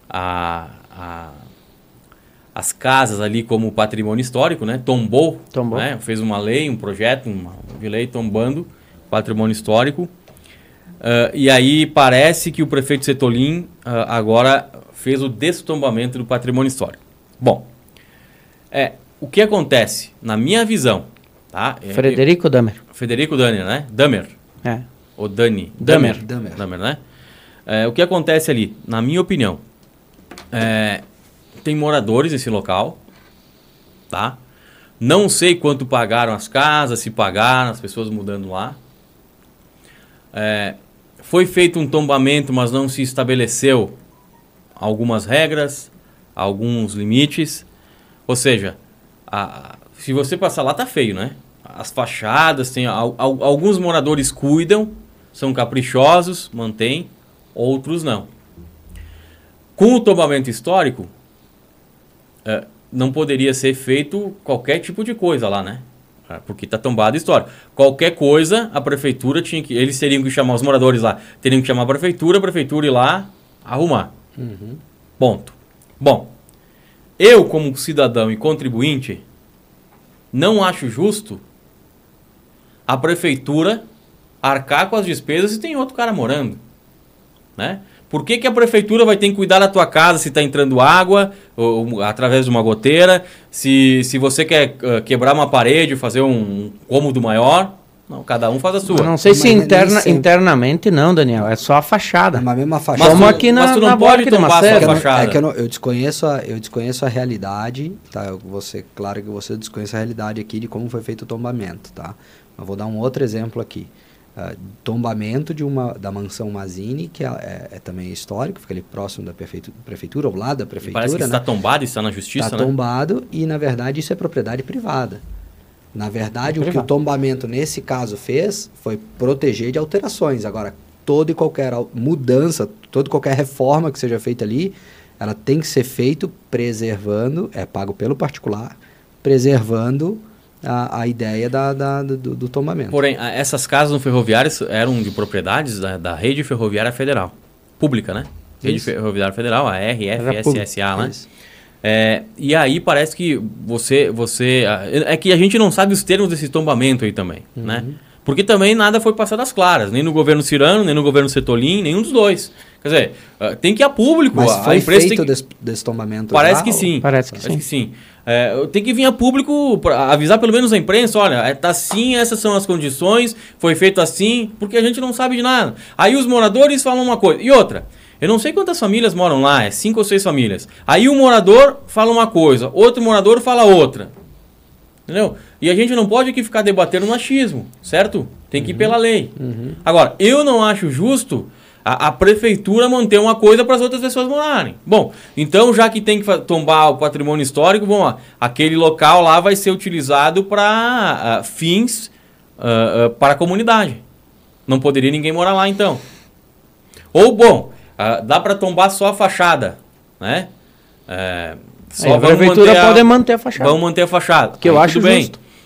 as casas ali como patrimônio histórico, né? Tombou. Né? Fez uma lei, um projeto, uma lei tombando patrimônio histórico. E aí parece que o prefeito Setolin agora fez o destombamento do patrimônio histórico. Bom, o que acontece, na minha visão, tá?
Frederico Damer.
Frederico Damer, né? Damer. Ou Dani.
Damer,
né? O que acontece ali, na minha opinião, tem moradores nesse local, tá? Não sei quanto pagaram as casas, se pagaram, as pessoas mudando lá. Foi feito um tombamento, mas não se estabeleceu algumas regras, alguns limites. Ou seja, se você passar lá, tá feio, né? As fachadas, tem alguns moradores cuidam, são caprichosos, mantêm, outros não. Com o tombamento histórico, não poderia ser feito qualquer tipo de coisa lá, né? Porque está tombado histórico. Qualquer coisa, a prefeitura tinha que... Eles teriam que chamar os moradores lá, teriam que chamar a prefeitura ir lá arrumar. Ponto. Bom, eu, como cidadão e contribuinte, não acho justo a prefeitura arcar com as despesas se tem outro cara morando, né? Por que a prefeitura vai ter que cuidar da tua casa se está entrando água ou através de uma goteira? Se você quer quebrar uma parede, fazer um cômodo maior... Não, cada um faz a sua.
Eu não sei se internamente não, Daniel. É só a fachada.
É uma mesma fachada.
Como aqui
mas tu não pode tombar só a fachada.
Eu desconheço a realidade, tá? Claro que você desconhece a realidade aqui de como foi feito o tombamento, tá? Mas vou dar um outro exemplo aqui. Tombamento da mansão Mazzini, que é também histórico, fica ali próximo da prefeitura, ao lado da prefeitura.
Parece que está tombado, está na justiça,
né? Está tombado e, na verdade, isso é propriedade privada. Na verdade, o que o tombamento, nesse caso, fez foi proteger de alterações. Agora, toda e qualquer mudança, toda e qualquer reforma que seja feita ali, ela tem que ser feita preservando, pago pelo particular, preservando a ideia do tombamento.
Porém, essas casas no ferroviário eram de propriedades da Rede Ferroviária Federal, pública, né? Rede Ferroviária Federal, a RFSSA, né? E aí parece que você... É que a gente não sabe os termos desse tombamento aí também, né? Porque também nada foi passado às claras, nem no governo Cirano, nem no governo Setolin, nenhum dos dois. Quer dizer, tem que ir a público.
Mas foi feito desse tombamento?
Parece que sim. Parece que sim. Tem que vir a público para avisar pelo menos a imprensa, olha, tá assim, essas são as condições, foi feito assim, porque a gente não sabe de nada. Aí os moradores falam uma coisa. E outra, eu não sei quantas famílias moram lá, 5 ou 6 famílias. Aí um morador fala uma coisa, outro morador fala outra. Entendeu? E a gente não pode aqui ficar debatendo no achismo, certo? Tem que ir pela lei. Agora, eu não acho justo a prefeitura manter uma coisa para as outras pessoas morarem. Bom, então já que tem que tombar o patrimônio histórico, bom, aquele local lá vai ser utilizado para fins para a comunidade. Não poderia ninguém morar lá, então. Ou, bom, dá para tombar só a fachada, né? A
prefeitura pode manter a fachada.
Vamos manter a fachada.
Que eu acho justo.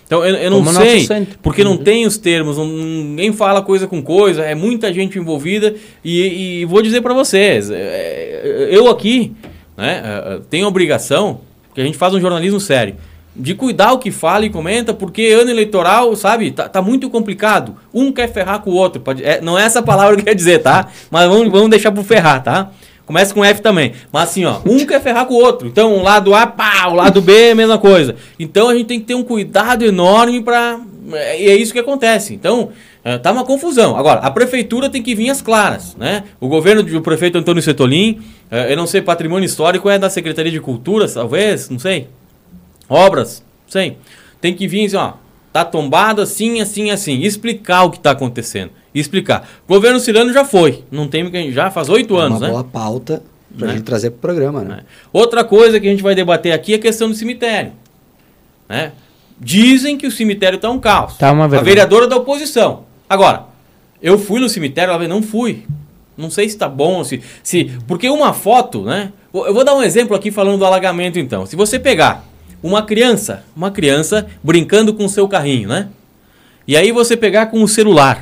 Então, eu não sei, porque não tem os termos, ninguém fala coisa com coisa, é muita gente envolvida, e vou dizer para vocês, eu aqui, né, tenho a obrigação, porque a gente faz um jornalismo sério, de cuidar o que fala e comenta, porque ano eleitoral, sabe, tá muito complicado. Um quer ferrar com o outro, não é essa palavra que eu quero dizer, tá? Mas vamos deixar pro ferrar, tá? Começa com F também. Mas assim, ó, um quer ferrar com o outro. Então, o lado A, pá, o lado B é a mesma coisa. Então, a gente tem que ter um cuidado enorme pra... E é isso que acontece. Então, tá uma confusão. Agora, a prefeitura tem que vir às claras, né? O governo do prefeito Antônio Setolin, eu não sei, patrimônio histórico é da Secretaria de Cultura, talvez, não sei. Obras, não sei. Tem que vir assim, ó, tá tombado assim, assim, assim. Explicar o que tá acontecendo. Explicar. O governo Cirano já foi. Não tem que já faz 8 anos, né?
Uma boa pauta pra gente trazer pro programa, né?
Outra coisa que a gente vai debater aqui é a questão do cemitério. Né? Dizem que o cemitério tá um caos.
Tá uma
a vereadora da oposição. Agora, eu fui no cemitério, ela não fui. Não sei se tá bom, porque uma foto, né? Eu vou dar um exemplo aqui falando do alagamento, então. Se você pegar uma criança brincando com o seu carrinho, né? E aí você pegar com o celular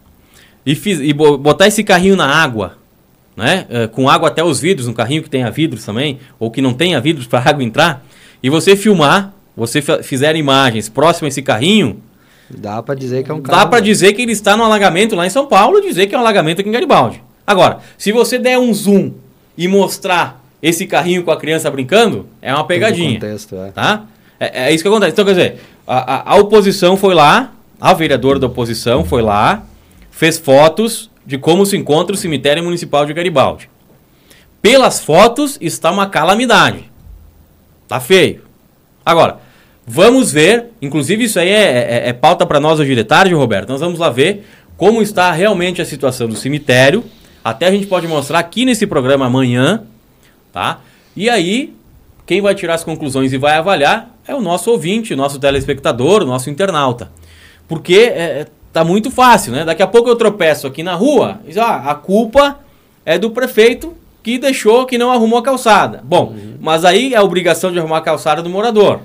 e botar esse carrinho na água, né? Com água até os vidros, um carrinho que tenha vidros também, ou que não tenha vidros para a água entrar, e você filmar, você fizer imagens próximas a esse carrinho,
dá para dizer que é um carro.
Dá para dizer que ele está no alagamento lá em São Paulo, dizer que é um alagamento aqui em Garibaldi. Agora, se você der um zoom e mostrar esse carrinho com a criança brincando, é uma pegadinha. Contexto, tá? É isso que acontece. Então, quer dizer, a oposição foi lá, a vereadora da oposição foi lá, fez fotos de como se encontra o cemitério municipal de Garibaldi. Pelas fotos, está uma calamidade. Tá feio. Agora, vamos ver, inclusive isso aí é pauta para nós hoje de tarde, Roberto. Nós vamos lá ver como está realmente a situação do cemitério. Até a gente pode mostrar aqui nesse programa amanhã, tá? E aí, quem vai tirar as conclusões e vai avaliar é o nosso ouvinte, o nosso telespectador, o nosso internauta. Porque tá muito fácil, né? Daqui a pouco eu tropeço aqui na rua e diz, a culpa é do prefeito que deixou, que não arrumou a calçada. Bom, mas aí é a obrigação de arrumar a calçada do morador.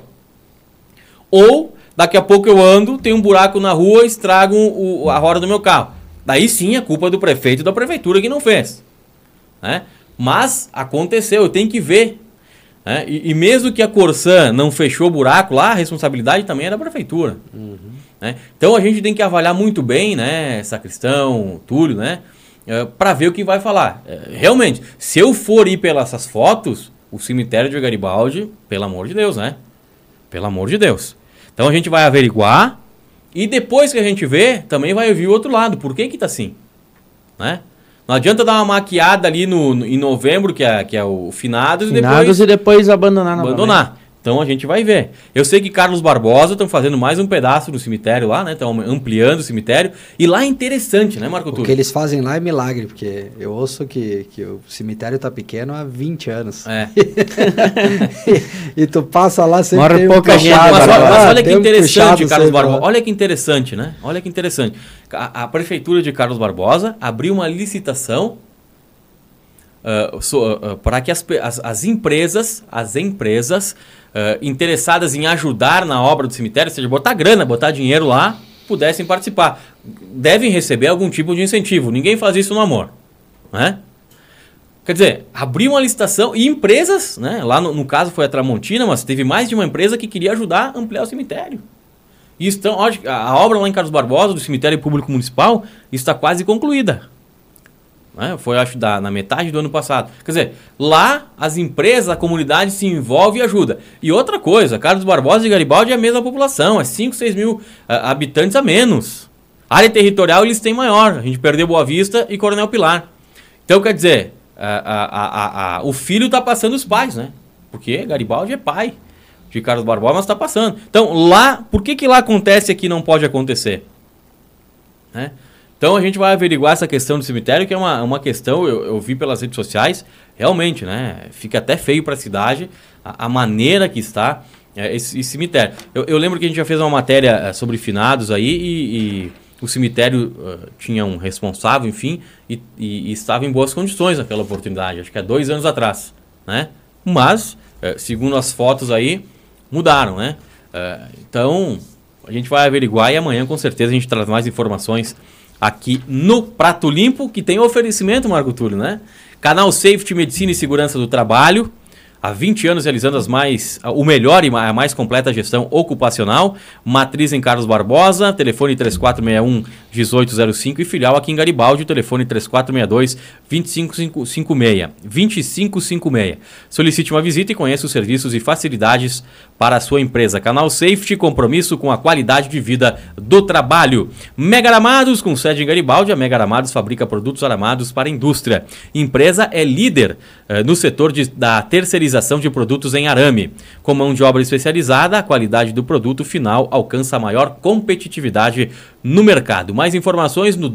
Ou, daqui a pouco eu ando, tem um buraco na rua, estrago a roda do meu carro. Daí sim a culpa é do prefeito e da prefeitura que não fez. Né? Mas aconteceu, eu tenho que ver. Né? E mesmo que a Corsan não fechou o buraco lá, a responsabilidade também é da prefeitura. Né? Então a gente tem que avaliar muito bem, né, Sacristão, Túlio, né, para ver o que vai falar. Realmente, se eu for ir pelas essas fotos, o cemitério de Garibaldi, pelo amor de Deus, né? Pelo amor de Deus. Então a gente vai averiguar e depois que a gente vê, também vai ouvir o outro lado. Por que tá assim? Né? Não adianta dar uma maquiada ali em novembro, que é o finados
e depois abandonar.
Então a gente vai ver. Eu sei que Carlos Barbosa estão fazendo mais um pedaço do cemitério lá, né? Estão ampliando o cemitério. E lá é interessante, né, Marco Túlio?
O que eles fazem lá é milagre, porque eu ouço que o cemitério tá pequeno há 20 anos. E tu passa lá sempre
tem pouca gente.
Mas olha que interessante, Carlos Barbosa. Olha que interessante, né? Olha que interessante. A prefeitura de Carlos Barbosa abriu uma licitação para que as empresas interessadas em ajudar na obra do cemitério, ou seja, botar grana, botar dinheiro lá, pudessem participar. Devem receber algum tipo de incentivo. Ninguém faz isso no amor. Né? Quer dizer, abriu uma licitação e empresas, né? Lá no caso foi a Tramontina, mas teve mais de uma empresa que queria ajudar a ampliar o cemitério. E a obra lá em Carlos Barbosa, do cemitério público municipal, está quase concluída. Né? Foi, acho, na metade do ano passado. Quer dizer, lá as empresas, a comunidade se envolve e ajuda. E outra coisa, Carlos Barbosa e Garibaldi é a mesma população, é 5, 6 mil habitantes a menos. Área territorial eles têm maior, a gente perdeu Boa Vista e Coronel Pilar. Então, quer dizer, o filho está passando os pais, né? Porque Garibaldi é pai de Carlos Barbosa, mas está passando. Então, lá, por que lá acontece e aqui não pode acontecer? Né? Então a gente vai averiguar essa questão do cemitério, que é uma questão, eu vi pelas redes sociais, realmente, né? Fica até feio para a cidade a maneira que está esse cemitério. Eu lembro que a gente já fez uma matéria sobre finados aí e o cemitério tinha um responsável, enfim, e estava em boas condições naquela oportunidade, acho que há 2 anos atrás, né? Mas, segundo as fotos aí, mudaram, né? Então, A gente vai averiguar e amanhã com certeza a gente traz mais informações aqui no Prato Limpo, que tem oferecimento, Marco Túlio, né? Canal Safety, Medicina e Segurança do Trabalho. Há 20 anos realizando o melhor e a mais completa gestão ocupacional. Matriz em Carlos Barbosa, telefone 3461-1805 e filial aqui em Garibaldi, telefone 3462-2556. Solicite uma visita e conheça os serviços e facilidades para a sua empresa. Canal Safety, compromisso com a qualidade de vida do trabalho. Mega Aramados, com sede em Garibaldi, a Mega Aramados fabrica produtos aramados para a indústria. Empresa é líder no setor da terceirização de produtos em arame. Com mão de obra especializada, a qualidade do produto final alcança a maior competitividade no mercado. Mais informações no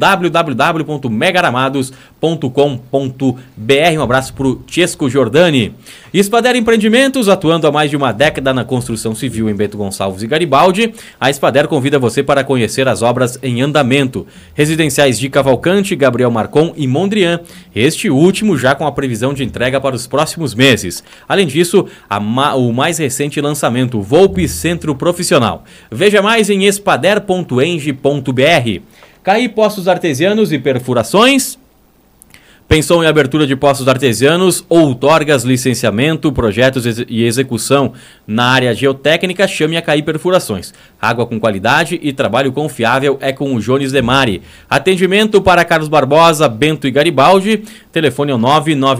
www.megaramados.com.br. Um abraço para o Chesco Giordani. Espader Empreendimentos, atuando há mais de uma década na construção civil em Bento Gonçalves e Garibaldi. A Espader convida você para conhecer as obras em andamento. Residenciais de Cavalcante, Gabriel Marcon e Mondrian. Este último já com a previsão de entrega para os próximos meses. Além disso, o mais recente lançamento, Volpe Centro Profissional. Veja mais em espader.eng.br. CAI Poços Artesianos e Perfurações. Pensou em abertura de poços artesianos, outorgas, licenciamento, projetos e execução na área geotécnica? Chame a CAI Perfurações. Água com qualidade e trabalho confiável é com o Jones Demari. Atendimento para Carlos Barbosa, Bento e Garibaldi. Telefone é o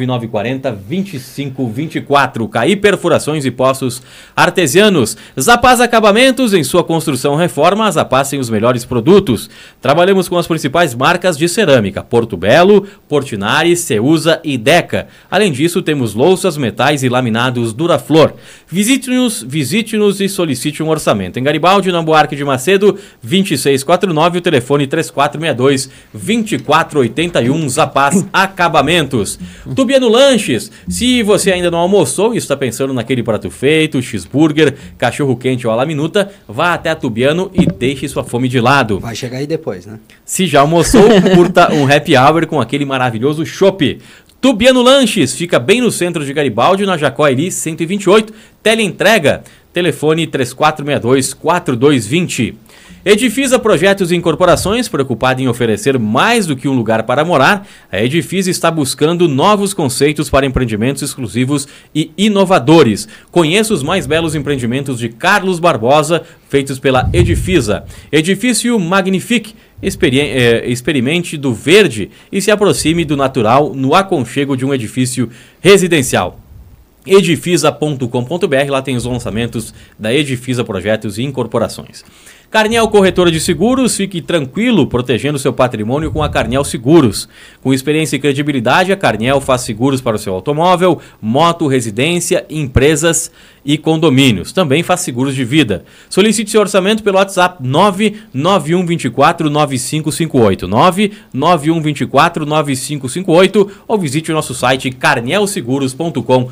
99940-2524. CAI Perfurações e Poços Artesianos. Zapaz Acabamentos, em sua construção ou reforma, Zapaz tem os melhores produtos. Trabalhamos com as principais marcas de cerâmica: Porto Belo, Portinari, Ceusa e Deca. Além disso, temos louças, metais e laminados Duraflor. Visite-nos e solicite um orçamento. Em Garibaldi, na Buarque de Macedo, 2649, o telefone 3462-2481, Zapaz Acabamentos. Tubiano Lanches, se você ainda não almoçou e está pensando naquele prato feito, cheeseburger, cachorro quente ou a la minuta, vá até a Tubiano e deixe sua fome de lado.
Vai chegar aí depois, né?
Se já almoçou, curta um happy hour com aquele maravilhoso chopp. Tubiano Lanches, fica bem no centro de Garibaldi, na Jacoairi 128. Teleentrega, telefone 3462-4220. Edifisa Projetos e Incorporações, preocupada em oferecer mais do que um lugar para morar, a Edifisa está buscando novos conceitos para empreendimentos exclusivos e inovadores. Conheça os mais belos empreendimentos de Carlos Barbosa, feitos pela Edifisa. Edifício Magnifique. Experimente do verde e se aproxime do natural no aconchego de um edifício residencial. Edifisa.com.br, lá tem os lançamentos da Edifisa Projetos e Incorporações. Carniel Corretora de Seguros, fique tranquilo protegendo seu patrimônio com a Carniel Seguros. Com experiência e credibilidade, a Carniel faz seguros para o seu automóvel, moto, residência, empresas e condomínios. Também faz seguros de vida. Solicite seu orçamento pelo WhatsApp 99124-9558, 99124-9558 ou visite o nosso site carnielseguros.com.br.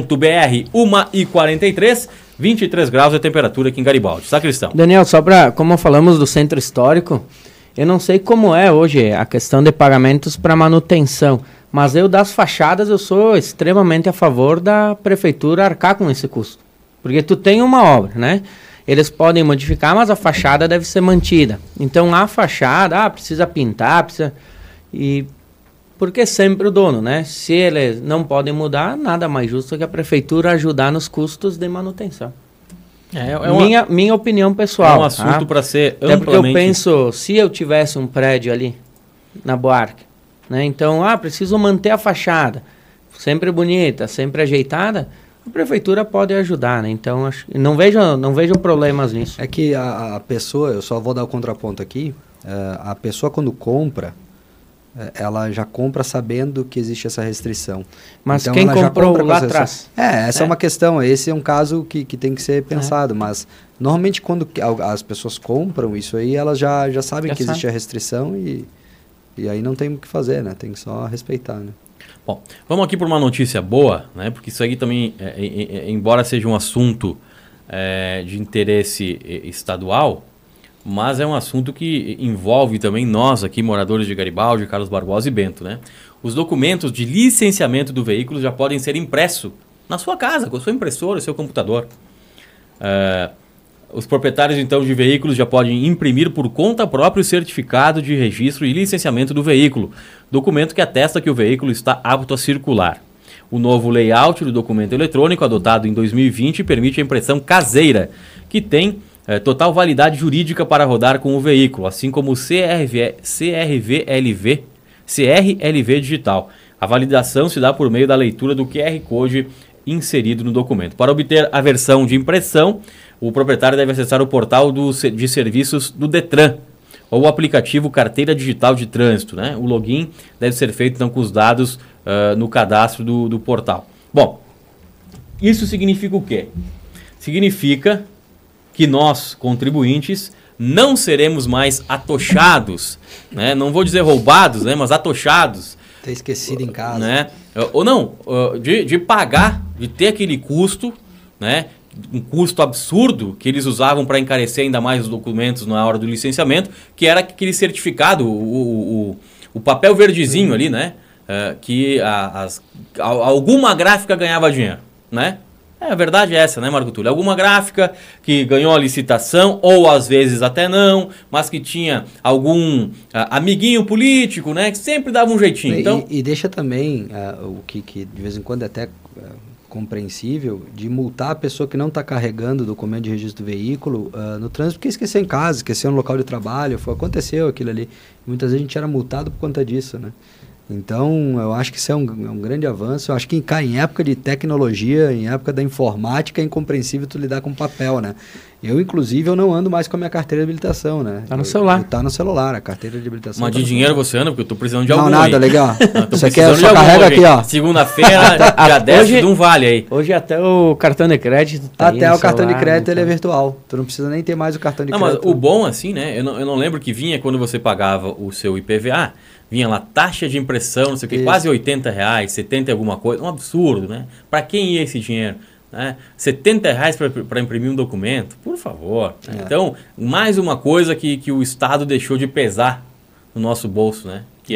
1h43, 23 graus a temperatura aqui em Garibaldi. Tá, Cristão?
Daniel, só para, como falamos do centro histórico, eu não sei como é hoje a questão de pagamentos para manutenção, mas eu das fachadas eu sou extremamente a favor da prefeitura arcar com esse custo. Porque tu tem uma obra, né? Eles podem modificar, mas a fachada deve ser mantida. Então a fachada, precisa pintar, precisa... Porque é sempre o dono, né? Se eles não podem mudar, nada mais justo que a prefeitura ajudar nos custos de manutenção. Minha opinião pessoal.
É um assunto para ser amplamente...
Até porque eu penso, se eu tivesse um prédio ali, na Buarque, né? Então, preciso manter a fachada, sempre bonita, sempre ajeitada, a prefeitura pode ajudar, né? Então, não vejo problemas nisso.
É que a pessoa, eu só vou dar o contraponto aqui, a pessoa quando compra, ela já compra sabendo que existe essa restrição.
Mas
então,
quem comprou lá atrás?
Essa é uma questão. Esse é um caso que tem que ser pensado. Mas, normalmente, quando as pessoas compram isso aí, elas já sabem que existe a restrição e aí não tem o que fazer, né? Tem que só respeitar, né?
Bom, vamos aqui para uma notícia boa, né? Porque isso aí também, embora seja um assunto de interesse estadual, mas é um assunto que envolve também nós aqui, moradores de Garibaldi, Carlos Barbosa e Bento, né? Os documentos de licenciamento do veículo já podem ser impressos na sua casa, com a sua impressora, seu computador. Os proprietários, então, de veículos já podem imprimir por conta própria o certificado de registro e licenciamento do veículo, documento que atesta que o veículo está apto a circular. O novo layout do documento eletrônico, adotado em 2020, permite a impressão caseira, que tem total validade jurídica para rodar com o veículo, assim como o CRLV digital. A validação se dá por meio da leitura do QR Code inserido no documento. Para obter a versão de impressão, o proprietário deve acessar o portal de serviços do Detran ou o aplicativo Carteira Digital de Trânsito, né? O login deve ser feito então, com os dados no cadastro do portal. Bom, isso significa o quê? Significa que nós, contribuintes, não seremos mais atochados, né? Não vou dizer roubados, né? Mas atochados.
Ter esquecido em casa.
Né? Ou não, de pagar, de ter aquele custo, né? Um custo absurdo que eles usavam para encarecer ainda mais os documentos na hora do licenciamento, que era aquele certificado, o papel verdezinho ali, né? Que alguma gráfica ganhava dinheiro, né? A verdade é essa, né, Marco Túlio? Alguma gráfica que ganhou a licitação, ou às vezes até não, mas que tinha algum amiguinho político, né, que sempre dava um jeitinho. Então...
E deixa também o que de vez em quando é até compreensível, de multar a pessoa que não está carregando o documento de registro do veículo no trânsito, porque esqueceu em casa, esqueceu no local de trabalho, aconteceu aquilo ali. Muitas vezes a gente era multado por conta disso, né? Então, eu acho que isso é um grande avanço. Eu acho que em época de tecnologia, em época da informática, é incompreensível tu lidar com papel, né? Eu, inclusive, eu não ando mais com a minha carteira de habilitação, né?
Tá no celular.
Tá no celular, a carteira de habilitação.
Mas de dinheiro você anda, porque eu tô precisando de
algum.
Não,
nada,
aí.
legal.
Isso
aqui é só carrega aqui, ó.
Segunda-feira, já desce de um vale aí.
Hoje até o cartão de crédito tá
até o cartão de crédito ele é virtual. Tu não precisa nem ter mais o cartão de crédito.
Mas o bom, assim, né? Eu não lembro que vinha quando você pagava o seu IPVA, vinha lá taxa de impressão, não sei o que, quase R$80, 70 e alguma coisa. Um absurdo, né? Para quem ia esse dinheiro? Né? R$70 para imprimir um documento? Por favor. Né? Então, mais uma coisa que o Estado deixou de pesar no nosso bolso, né? Que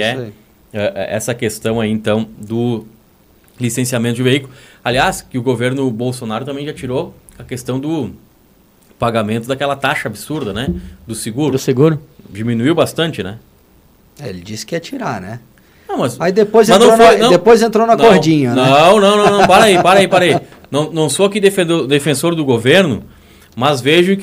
essa questão aí, então, do licenciamento de veículo. Aliás, que o governo Bolsonaro também já tirou a questão do pagamento daquela taxa absurda, né? Do seguro.
Do seguro.
Diminuiu bastante, né?
Ele disse que ia tirar, né?
Não, mas,
aí depois entrou na cordinha, né?
Não, para aí. Não sou aqui defensor do governo, mas vejo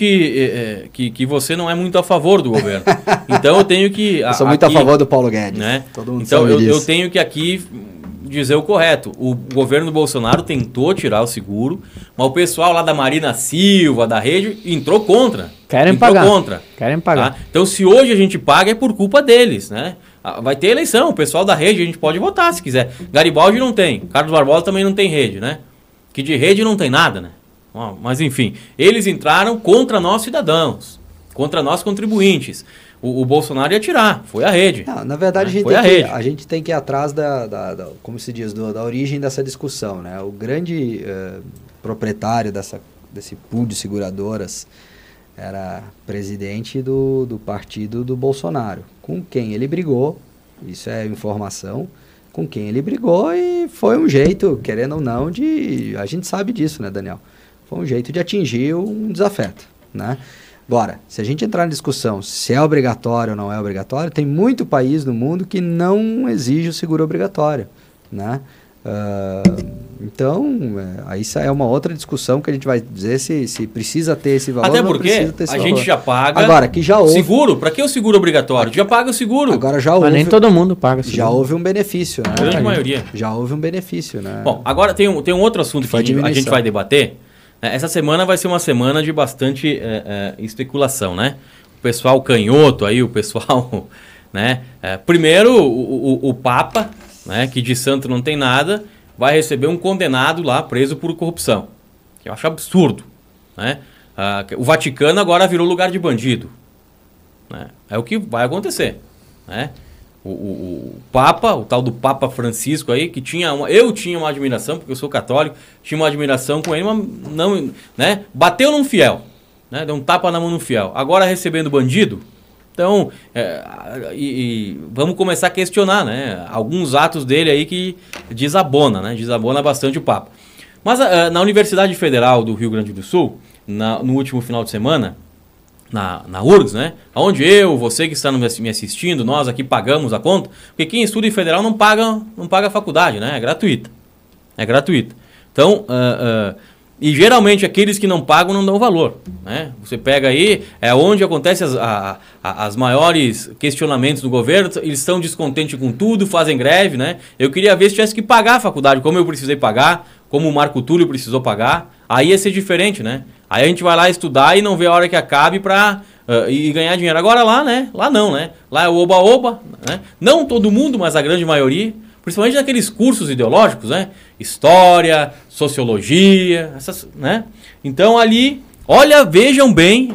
que você não é muito a favor do governo. Então eu tenho que...
Eu sou muito a favor do Paulo Guedes.
Né?
Todo mundo
então
sabe disso.
Eu tenho que aqui dizer o correto. O governo Bolsonaro tentou tirar o seguro, mas o pessoal lá da Marina Silva, da rede, entrou contra.
Querem pagar.
Tá? Então, se hoje a gente paga, é por culpa deles, né? Vai ter eleição, o pessoal da rede, a gente pode votar se quiser. Garibaldi não tem, Carlos Barbosa também não tem rede, né? Que de rede não tem nada, né? Mas, enfim, eles entraram contra nós cidadãos, contra nós contribuintes. O Bolsonaro ia tirar, foi a rede.
Não, na verdade, a gente tem que ir atrás como se diz, da origem dessa discussão, né? O grande proprietário desse pool de seguradoras era presidente do partido do Bolsonaro, com quem ele brigou, isso é informação, com quem ele brigou e foi um jeito, querendo ou não, a gente sabe disso, né, Daniel? Foi um jeito de atingir um desafeto, né? Agora, se a gente entrar na discussão se é obrigatório ou não é obrigatório, tem muito país no mundo que não exige o seguro obrigatório, né? Então, aí isso é uma outra discussão que a gente vai dizer se precisa ter esse valor.
Até porque
a
gente já paga
agora, que já houve
seguro. Para que o seguro obrigatório? Já paga o seguro.
Agora já houve.
Mas nem todo mundo paga seguro.
Já houve um benefício, né?
A grande maioria.
Já houve um benefício, né?
Bom, agora tem um outro assunto que a gente vai debater. Essa semana vai ser uma semana de bastante especulação, né? O pessoal canhoto aí, o pessoal, né? Primeiro, o Papa, né? Que de santo não tem nada, vai receber um condenado lá preso por corrupção. Que eu acho absurdo, né? O Vaticano agora virou lugar de bandido, né? É o que vai acontecer, né? O Papa, o tal do Papa Francisco aí, que eu tinha uma admiração, porque eu sou católico, tinha uma admiração com ele, mas não, né? Bateu num fiel, né? Deu um tapa na mão no fiel. Agora recebendo bandido, então, vamos começar a questionar, né? Alguns atos dele aí que desabona, né? Desabona bastante o Papa. Mas na Universidade Federal do Rio Grande do Sul, no último final de semana, na URGS, né? Onde você que está me assistindo, nós aqui pagamos a conta, porque quem estuda em federal não paga a faculdade, né? É gratuita. É gratuita. Então, e geralmente aqueles que não pagam não dão valor, né? Você pega aí, é onde acontecem as maiores questionamentos do governo, eles estão descontentes com tudo, fazem greve, né? Eu queria ver se tivesse que pagar a faculdade, como eu precisei pagar, como o Marco Túlio precisou pagar, aí ia ser diferente, né? Aí a gente vai lá estudar e não vê a hora que acabe para e ganhar dinheiro. Agora lá, né? Lá não, né? Lá é o oba-oba, né? Não todo mundo, mas a grande maioria, principalmente naqueles cursos ideológicos, né? História, sociologia, essas, né? Então ali, olha, vejam bem,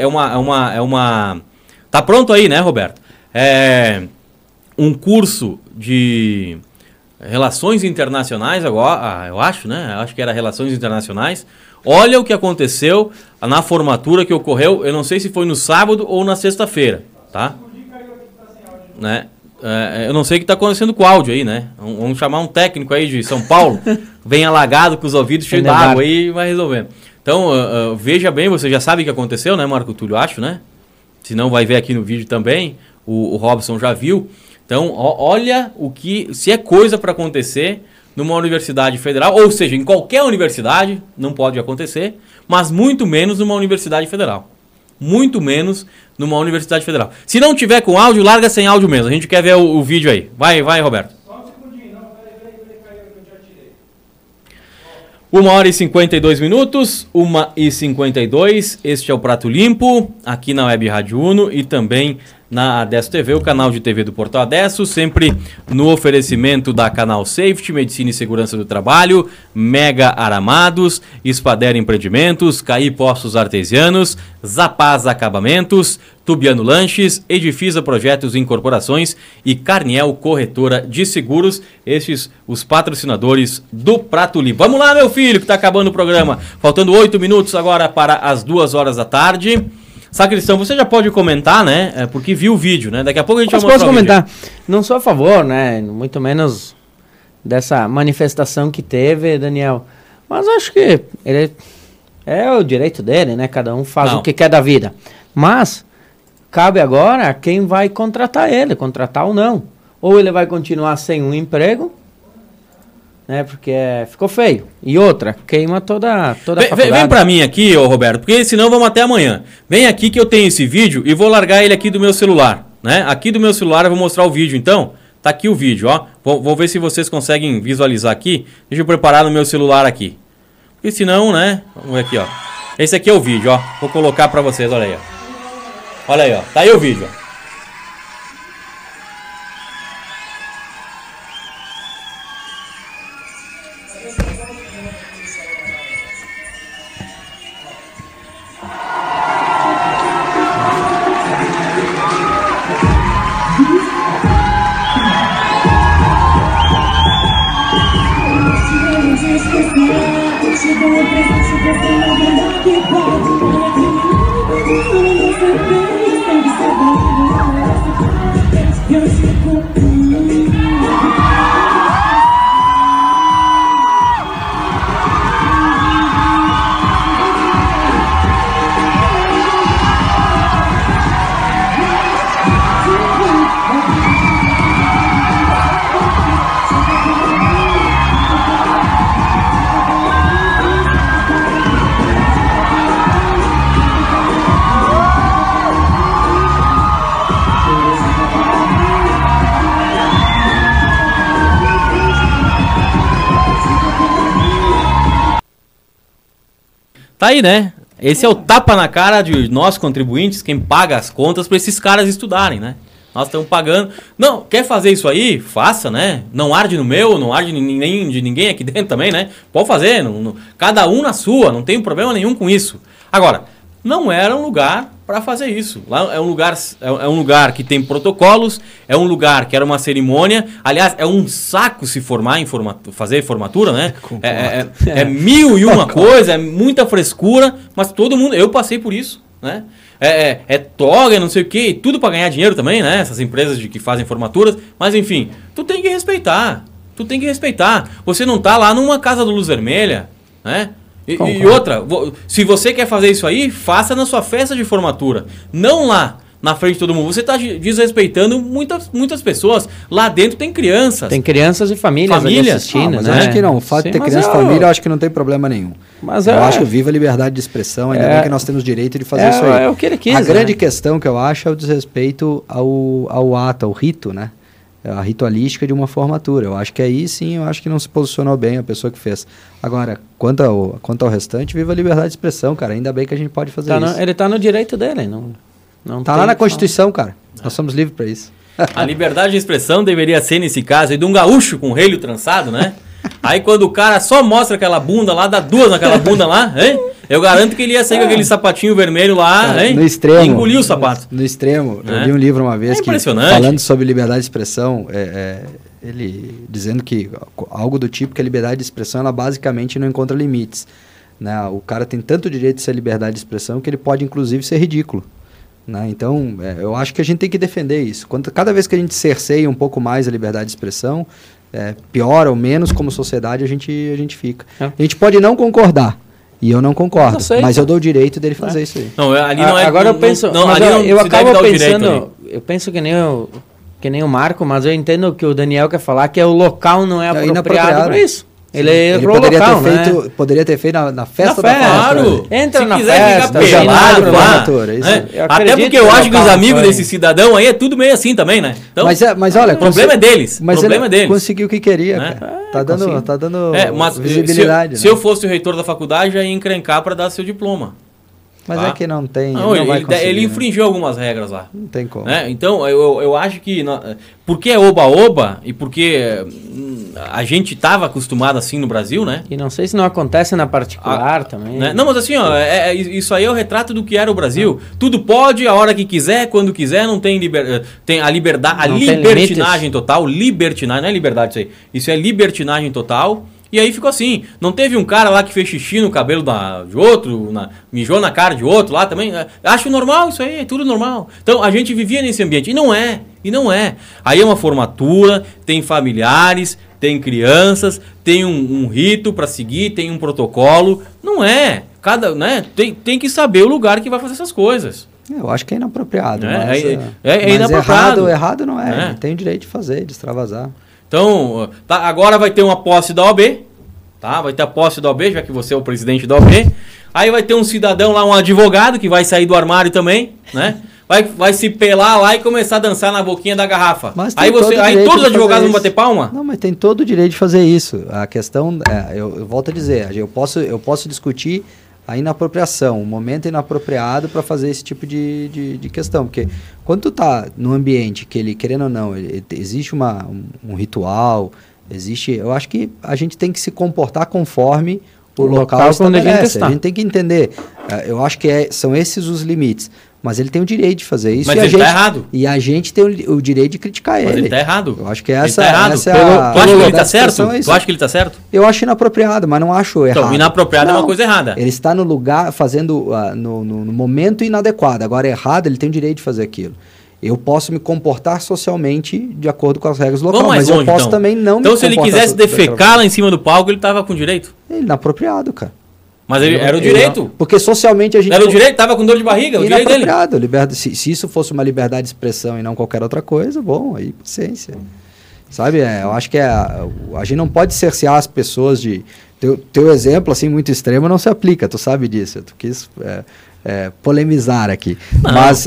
tá pronto aí, né, Roberto? É um curso de Relações Internacionais agora, eu acho, né? Eu acho que era Relações Internacionais. Olha o que aconteceu na formatura que ocorreu, eu não sei se foi no sábado ou na sexta-feira, tá? Né? Eu não sei o que está acontecendo com o áudio aí, né? Vamos chamar um técnico aí de São Paulo, vem alagado com os ouvidos cheios d'água aí e vai resolvendo. Então, veja bem, você já sabe o que aconteceu, né, Marco Túlio? Acho, né? Se não, vai ver aqui no vídeo também, o Robson já viu. Então, olha se é coisa para acontecer numa universidade federal, ou seja, em qualquer universidade, não pode acontecer, mas muito menos numa universidade federal. Muito menos numa universidade federal. Se não tiver com áudio, larga sem áudio mesmo. A gente quer ver o vídeo aí. Vai, Roberto. Só um segundinho. Não, peraí, caiu que eu já tirei. 1h52, 1h52. Este é o Prato Limpo, aqui na Web Rádio Uno e também na Adesso TV, o canal de TV do Portal Adesso, sempre no oferecimento da Canal Safety, Medicina e Segurança do Trabalho, Mega Aramados, Espader Empreendimentos, CAI Postos Artesianos, Zapaz Acabamentos, Tubiano Lanches, Edifisa Projetos e Incorporações e Carniel Corretora de Seguros, estes os patrocinadores do Prato Limpo. Vamos lá, meu filho, que está acabando o programa, faltando 8 minutos agora para as 2 horas da tarde. Sacristão, você já pode comentar, né? Porque viu o vídeo, né? Daqui a pouco a gente vai mostrar. Posso comentar.
Não sou a favor, né? Muito menos dessa manifestação que teve, Daniel. Mas acho que ele é o direito dele, né? Cada um faz o que quer da vida. Mas cabe agora quem vai contratar ele, contratar ou não. Ou ele vai continuar sem um emprego, né? Porque ficou feio. E outra, queima toda a faculdade.
Vem pra mim aqui, ô Roberto, porque senão vamos até amanhã. Vem aqui que eu tenho esse vídeo e vou largar ele aqui do meu celular, né? Aqui do meu celular eu vou mostrar o vídeo, então. Tá aqui o vídeo, ó. Vou ver se vocês conseguem visualizar aqui. Deixa eu preparar no meu celular aqui. Porque senão, né? Vamos ver aqui, ó. Esse aqui é o vídeo, ó. Vou colocar pra vocês, olha aí, ó. Olha aí, ó. Tá aí o vídeo, ó. Tá aí, né? Esse é o tapa na cara de nós contribuintes, quem paga as contas para esses caras estudarem, né? Nós estamos pagando. Não, quer fazer isso aí? Faça, né? Não arde no meu, não arde nem de ninguém aqui dentro também, né? Pode fazer, cada um na sua, não tem problema nenhum com isso. Agora, não era um lugar para fazer isso. Lá é um lugar que tem protocolos, é um lugar que era uma cerimônia. Aliás, é um saco se formar fazer formatura, né? É mil e uma coisa, é muita frescura, mas todo mundo, eu passei por isso, né? Toga, não sei o que, tudo para ganhar dinheiro também, né? Essas empresas que fazem formaturas, mas enfim, tu tem que respeitar. tu tem que respeitar. Você não tá lá numa casa de luz vermelha, né? E outra, se você quer fazer isso aí, faça na sua festa de formatura. Não lá na frente de todo mundo. Você está desrespeitando muitas pessoas. Lá dentro tem crianças.
Tem crianças e famílias ali assistindo.
Mas eu acho que não. O fato de ter criança e família, eu acho que não tem problema nenhum. Mas eu acho que viva a liberdade de expressão. Ainda bem que nós temos direito de fazer isso aí.
É o que ele quis.
A grande questão que eu acho é o desrespeito ao ato, ao rito, né? A ritualística de uma formatura. Eu acho que aí sim, eu acho que não se posicionou bem a pessoa que fez. Agora, quanto ao restante, viva a liberdade de expressão, cara. Ainda bem que a gente pode fazer isso.
Ele está no direito dele, não
tá lá na Constituição, cara. Nós somos livres para isso.
A liberdade de expressão deveria ser, nesse caso, de um gaúcho com relho trançado, né? Aí quando o cara só mostra aquela bunda lá, dá duas naquela bunda lá, hein? Eu garanto que ele ia sair com aquele sapatinho vermelho lá, hein?
No extremo.
E engoliu o sapato.
No extremo. Eu li um livro uma vez falando sobre liberdade de expressão, ele dizendo que algo do tipo que a liberdade de expressão, ela basicamente não encontra limites. Né? O cara tem tanto direito de ser liberdade de expressão que ele pode, inclusive, ser ridículo. Né? Então, eu acho que a gente tem que defender isso. Cada vez que a gente cerceia um pouco mais a liberdade de expressão, pior ou menos como sociedade a gente fica. A gente pode não concordar, e eu não concordo, mas eu dou o direito dele fazer isso aí.
Não, ali não é.
Agora eu penso, eu acabo pensando, eu penso que nem o Marco, mas eu entendo que o Daniel quer falar que o local não é apropriado para isso. Ele errou o local, né?
Poderia ter feito na festa da
claro.
Entra na
festa,
gelado
lá. Até porque eu acho que os amigos desse cidadão aí é tudo meio assim também, né? Então,
mas olha,
o problema é deles.
Mas
problema
ele
é deles.
Conseguiu o que queria, né? Tá dando visibilidade.
Se eu fosse o reitor da faculdade, já ia encrencar para dar seu diploma.
Mas é que não tem.
Não, ele infringiu algumas regras lá.
Não tem como.
Então, eu acho que. Porque é oba-oba e porque a gente estava acostumado assim no Brasil, né?
E não sei se não acontece na particular também.
Né? Não, mas assim, ó, isso aí é o retrato do que era o Brasil. Tudo pode, a hora que quiser, quando quiser, não tem tem a liberdade, a libertinagem total. Libertinagem, não é liberdade isso aí. Isso é libertinagem total. E aí ficou assim, não teve um cara lá que fez xixi no cabelo de outro, mijou na cara de outro lá também. Acho normal isso aí, é tudo normal. Então a gente vivia nesse ambiente, e não é. Aí é uma formatura, tem familiares, tem crianças, tem um rito para seguir, tem um protocolo. Não é, tem que saber o lugar que vai fazer essas coisas.
Eu acho que é inapropriado.
Mas
inapropriado. Errado não é, tem o direito de fazer, de extravasar.
Então, agora vai ter uma posse da OAB, tá? Vai ter a posse da OAB, já que você é o presidente da OAB. Aí vai ter um cidadão lá, um advogado, que vai sair do armário também, né? Vai se pelar lá e começar a dançar na boquinha da garrafa. Aí todos os advogados vão bater palma?
Não, mas tem todo o direito de fazer isso. A questão, eu volto a dizer, eu posso discutir a inapropriação, o momento inapropriado para fazer esse tipo de questão. Porque quando tu tá num ambiente que ele, querendo ou não, existe um ritual, eu acho que a gente tem que se comportar conforme o local estabelece. A gente tem que entender. Eu acho que são esses os limites. Mas ele tem o direito de fazer isso.
Mas ele está errado.
E a gente tem o direito de criticar ele.
Mas ele está errado.
Eu acho que essa
é a...
Tu acha
que ele está certo? Tu acha que ele está certo?
Eu acho inapropriado, mas não acho errado.
Então, inapropriado é uma coisa errada.
Ele está no lugar, fazendo no momento inadequado. Agora, errado, ele tem o direito de fazer aquilo. Eu posso me comportar socialmente de acordo com as regras locais, mas eu posso também não me comportar...
Então, se ele quisesse defecar lá em cima do palco, ele estava com direito?
Ele inapropriado, cara.
Mas era o direito.
Porque socialmente a gente...
Era o direito, estava com dor de barriga, o direito dele.
Se isso fosse uma liberdade de expressão e não qualquer outra coisa, bom, aí paciência. Sabe, eu acho que a gente não pode cercear as pessoas de... Teu exemplo, assim, muito extremo não se aplica, tu sabe disso. Tu quis polemizar aqui. Mas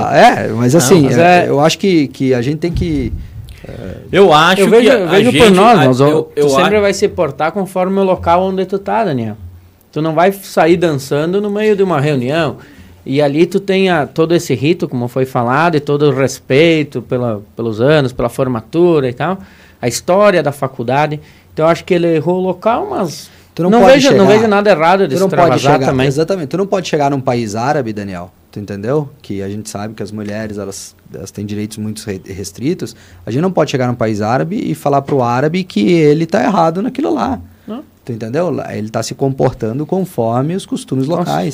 eu acho que a gente tem que...
Eu vejo
por nós, tu sempre vai se portar conforme o local onde tu tá, Daniel. Tu não vai sair dançando no meio de uma reunião. E ali tu tem todo esse rito, como foi falado, e todo o respeito pelos anos, pela formatura e tal. A história da faculdade. Então eu acho que ele errou o local, mas não vejo nada errado de extravasar também.
Exatamente. Tu não pode chegar num país árabe, Daniel, tu entendeu? Que a gente sabe que as mulheres, elas têm direitos muito restritos. A gente não pode chegar num país árabe e falar pro árabe que ele tá errado naquilo lá. Não. Tu entendeu? Ele está se comportando conforme os costumes locais.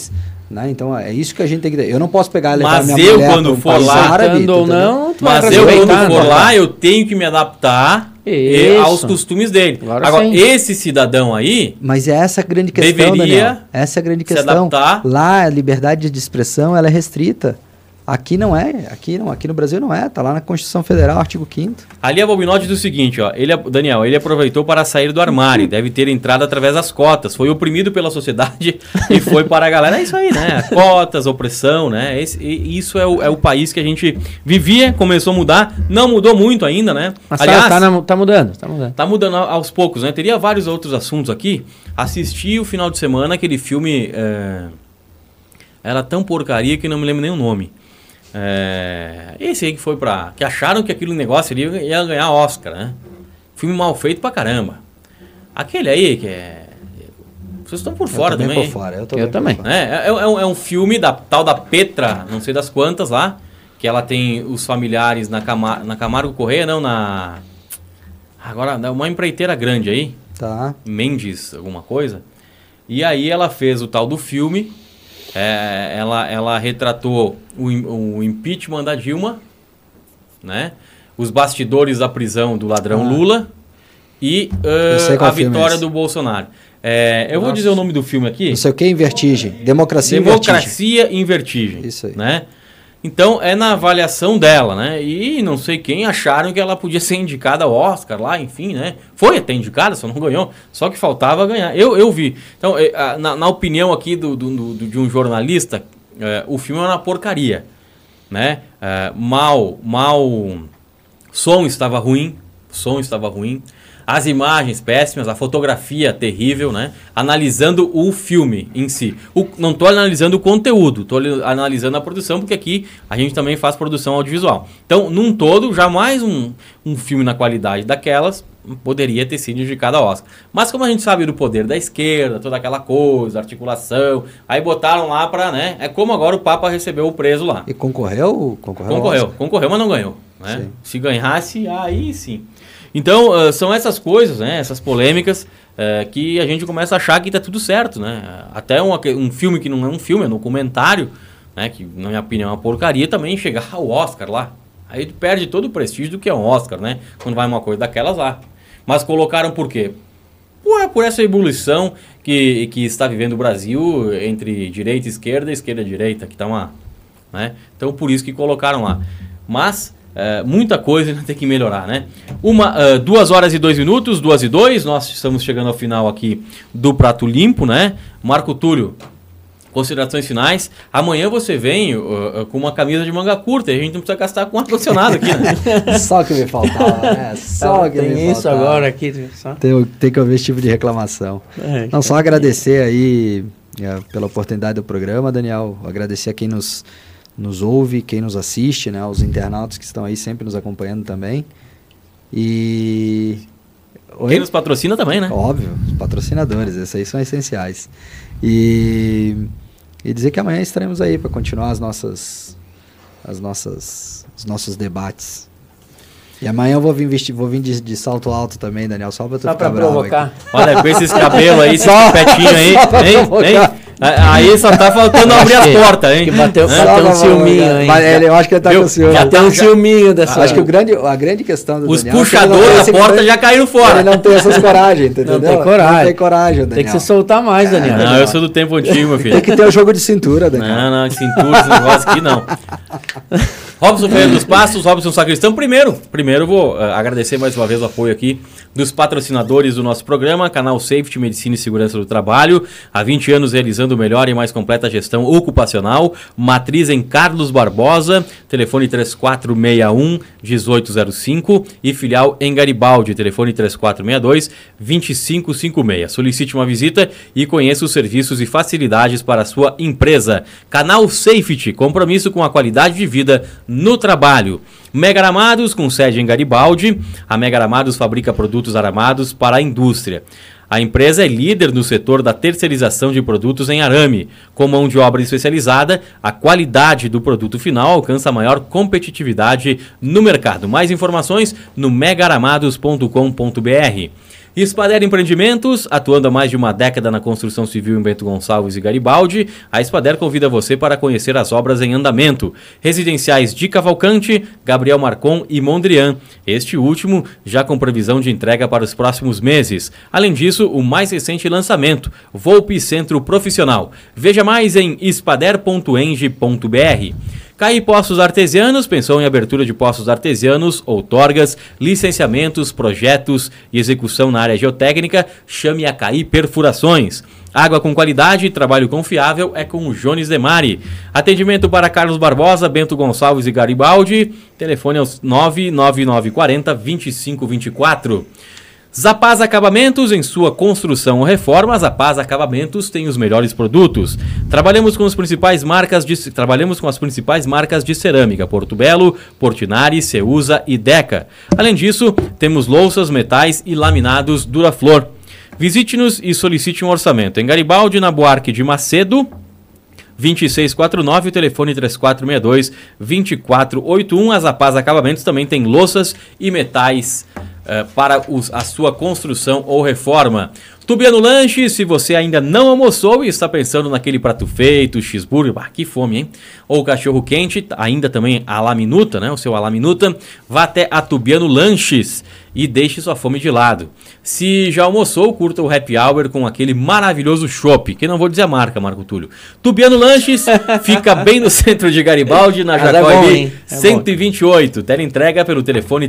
Né? Então é isso que a gente tem que ter. Eu não posso pegar e levar
Mas
minha
eu,
mulher
quando
pra um
for
país
lá,
árabe,
ou não, tu vai
Mas eu,
respeitar,
quando for
né?
lá, eu tenho que me adaptar
Isso.
aos costumes dele.
Agora sim.
Esse cidadão aí,
Mas é essa a grande questão,
Deveria
Daniel. Essa é a grande
se
questão.
adaptar.
Lá a liberdade de expressão ela é restrita. Aqui não é. Aqui no Brasil não é. Tá lá na Constituição Federal, artigo 5º.
ali a Bobinotti diz o seguinte, ó, Daniel, ele aproveitou para sair do armário, deve ter entrado através das cotas, foi oprimido pela sociedade e foi para a galera. É isso aí, né? Cotas, opressão, né? Isso é o país que a gente vivia, começou a mudar, não mudou muito ainda, né?
Mas
Aliás,
tá mudando.
tá mudando aos poucos, né? Teria vários outros assuntos aqui. Assisti o final de semana aquele filme, era tão porcaria que não me lembro nem o nome. Esse aí que foi que acharam que aquele negócio ali ia ganhar Oscar, né? Filme mal feito pra caramba. Aquele aí que vocês estão por fora também.
Eu tô fora.
Eu também.
É um filme da tal da Petra, não sei das quantas lá, que ela tem os familiares na Camargo Corrêa, não, agora uma empreiteira grande aí,
Tá.
Mendes, alguma coisa. E aí ela fez o tal do filme. Ela retratou o impeachment da Dilma, né? Os bastidores da prisão do ladrão Lula e a vitória do Bolsonaro. Eu vou dizer o nome do filme aqui.
Não sei o que em Vertigem. Democracia
em Vertigem.
Isso aí.
Né? Então, é na avaliação dela, né? E não sei quem acharam que ela podia ser indicada ao Oscar lá, enfim, né? Foi até indicada, só não ganhou. Só que faltava ganhar. Eu vi. Então, na opinião aqui de um jornalista, o filme é uma porcaria, né? Som estava ruim. As imagens péssimas, a fotografia terrível, né? Analisando o filme em si. Não estou analisando o conteúdo, estou analisando a produção, porque aqui a gente também faz produção audiovisual. Então, num todo, jamais um filme na qualidade daquelas poderia ter sido indicado ao Oscar. Mas como a gente sabe do poder da esquerda, toda aquela coisa, articulação, aí botaram lá para, né? É como agora o Papa recebeu o preso lá.
E concorreu,
mas não ganhou. Né?
Sim.
Se ganhasse, aí sim. Então, são essas coisas, né, essas polêmicas, que a gente começa a achar que está tudo certo, né? Até um filme que não é um filme, é um documentário, né, que na minha opinião é uma porcaria, também chegar ao Oscar lá. Aí perde todo o prestígio do que é um Oscar, né? Quando vai uma coisa daquelas lá. Mas colocaram por quê? Por essa evolução que está vivendo o Brasil entre direita e esquerda e direita, que está uma... Né? Então, por isso que colocaram lá. Mas... muita coisa ainda tem que melhorar, né? 2 horas e 2 minutos, 2 e 2, nós estamos chegando ao final aqui do Prato Limpo, né? Marco Túlio, considerações finais. Amanhã você vem com uma camisa de manga curta e a gente não precisa gastar com ar-condicionado aqui, né?
Só que me faltava, né? Só que
tem
me
isso
faltava.
agora aqui. Só.
Tem que ouvir esse tipo de reclamação. Não, só agradecer aí pela oportunidade do programa, Daniel. Agradecer a quem nos ouve, quem nos assiste, né? Os internautas que estão aí sempre nos acompanhando também. E...
Quem nos patrocina também, né?
Óbvio, os patrocinadores, esses aí são essenciais. E dizer que amanhã estaremos aí para continuar os nossos debates. E amanhã eu vou vir de salto alto também, Daniel, só para
provocar.
Olha, com esses cabelos aí, esse petinho aí, hein? Aí só tá faltando abrir as portas, hein?
Que bateu um ciúminho aí.
Eu acho que ele tá com ciúme.
Já tem um ciúminho dessa.
Acho que a grande questão do
os
Daniel... Os
puxadores da porta já caíram fora.
Ele não tem essas coragens, entendeu?
Não tem coragem.
Não tem coragem, Daniel.
Tem que se soltar mais, Daniel.
Não, eu sou do tempo antigo, meu filho.
Tem que ter o jogo de cintura, Daniel.
Não, de cintura, esse negócio aqui não. Robson Ferreira dos Passos, Robson Sacristão. Primeiro vou agradecer mais uma vez o apoio aqui dos patrocinadores do nosso programa, Canal Safety, Medicina e Segurança do Trabalho, há 20 anos realizando melhor e mais completa gestão ocupacional, matriz em Carlos Barbosa, telefone 3461-1805 e filial em Garibaldi, telefone 3462-2556. Solicite uma visita e conheça os serviços e facilidades para a sua empresa. Canal Safety, compromisso com a qualidade de vida no trabalho. Mega Aramados, com sede em Garibaldi. A Mega Aramados fabrica produtos aramados para a indústria. A empresa é líder no setor da terceirização de produtos em arame. Com mão de obra especializada, a qualidade do produto final alcança maior competitividade no mercado. Mais informações no megaaramados.com.br. Espader Empreendimentos, atuando há mais de uma década na construção civil em Bento Gonçalves e Garibaldi, a Espader convida você para conhecer as obras em andamento. Residenciais de Cavalcante, Gabriel Marcon e Mondrian. Este último já com previsão de entrega para os próximos meses. Além disso, o mais recente lançamento, Volpe Centro Profissional. Veja mais em espader.eng.br. CAI Poços Artesianos, pensou em abertura de poços artesianos, outorgas, licenciamentos, projetos e execução na área geotécnica, chame a CAI Perfurações. Água com qualidade e trabalho confiável é com o Jones Demari. Atendimento para Carlos Barbosa, Bento Gonçalves e Garibaldi. Telefone aos 99940 2524. Zapaz Acabamentos, em sua construção ou reforma, a Zapaz Acabamentos tem os melhores produtos. Trabalhamos com as principais marcas de cerâmica, Porto Belo, Portinari, Ceusa e Deca. Além disso, temos louças, metais e laminados Duraflor. Visite-nos e solicite um orçamento. Em Garibaldi, na Buarque de Macedo, 2649, o telefone 3462-2481. A Zapaz Acabamentos também tem louças e metais para a sua construção ou reforma. Tubiano Lanches, se você ainda não almoçou e está pensando naquele prato feito, cheeseburger, que fome, hein? Ou cachorro quente, ainda também a la minuta, né? O seu a la minuta, vá até a Tubiano Lanches e deixe sua fome de lado. Se já almoçou, curta o happy hour com aquele maravilhoso chopp, que não vou dizer a marca, Marco Túlio. Tubiano Lanches fica bem no centro de Garibaldi, na Jacobi 128. Teleentrega pelo telefone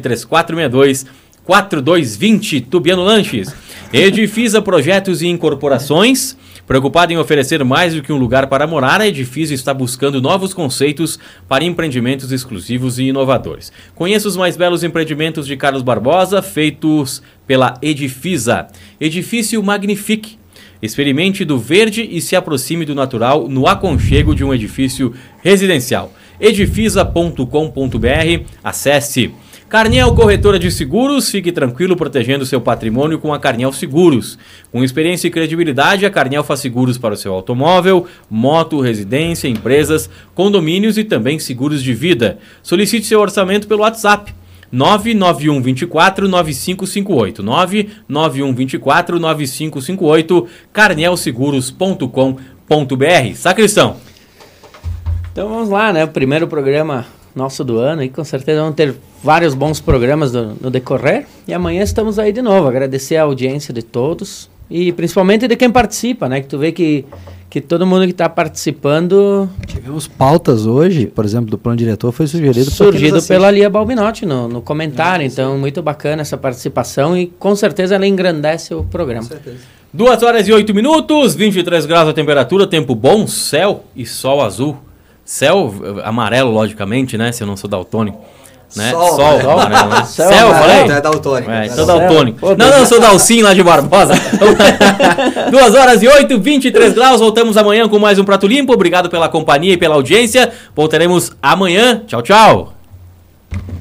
3462-4220, Tubiano Lanches. Edifisa Projetos e Incorporações. Preocupado em oferecer mais do que um lugar para morar, a Edifisa está buscando novos conceitos para empreendimentos exclusivos e inovadores. Conheça os mais belos empreendimentos de Carlos Barbosa, feitos pela Edifisa. Edifício Magnifique. Experimente do verde e se aproxime do natural no aconchego de um edifício residencial. Edifisa.com.br. Acesse. Carniel Corretora de Seguros, fique tranquilo protegendo seu patrimônio com a Carniel Seguros. Com experiência e credibilidade, a Carniel faz seguros para o seu automóvel, moto, residência, empresas, condomínios e também seguros de vida. Solicite seu orçamento pelo WhatsApp 99124-9558, 99124-9558, carnielseguros.com.br. Sacristão.
Então vamos lá, né? O primeiro programa nosso do ano, e com certeza vamos ter vários bons programas no decorrer, e amanhã estamos aí de novo. Agradecer a audiência de todos e principalmente de quem participa, né? Que tu vê que todo mundo que está participando...
Tivemos pautas hoje, por exemplo, do plano diretor, foi surgido
pela Lia Balbinotti no comentário, então muito bacana essa participação e com certeza ela engrandece o programa. Com certeza.
2h08, 23 graus a temperatura, tempo bom, céu e sol azul. Céu amarelo, logicamente, né? Se eu não sou daltônico. Né? Sol amarelo, né? Céu, falei?
É daltônico.
Sou daltônico. Não, sou Dalcin lá de Barbosa. 2h08, 23 graus. Voltamos amanhã com mais um Prato Limpo. Obrigado pela companhia e pela audiência. Voltaremos amanhã. Tchau, tchau.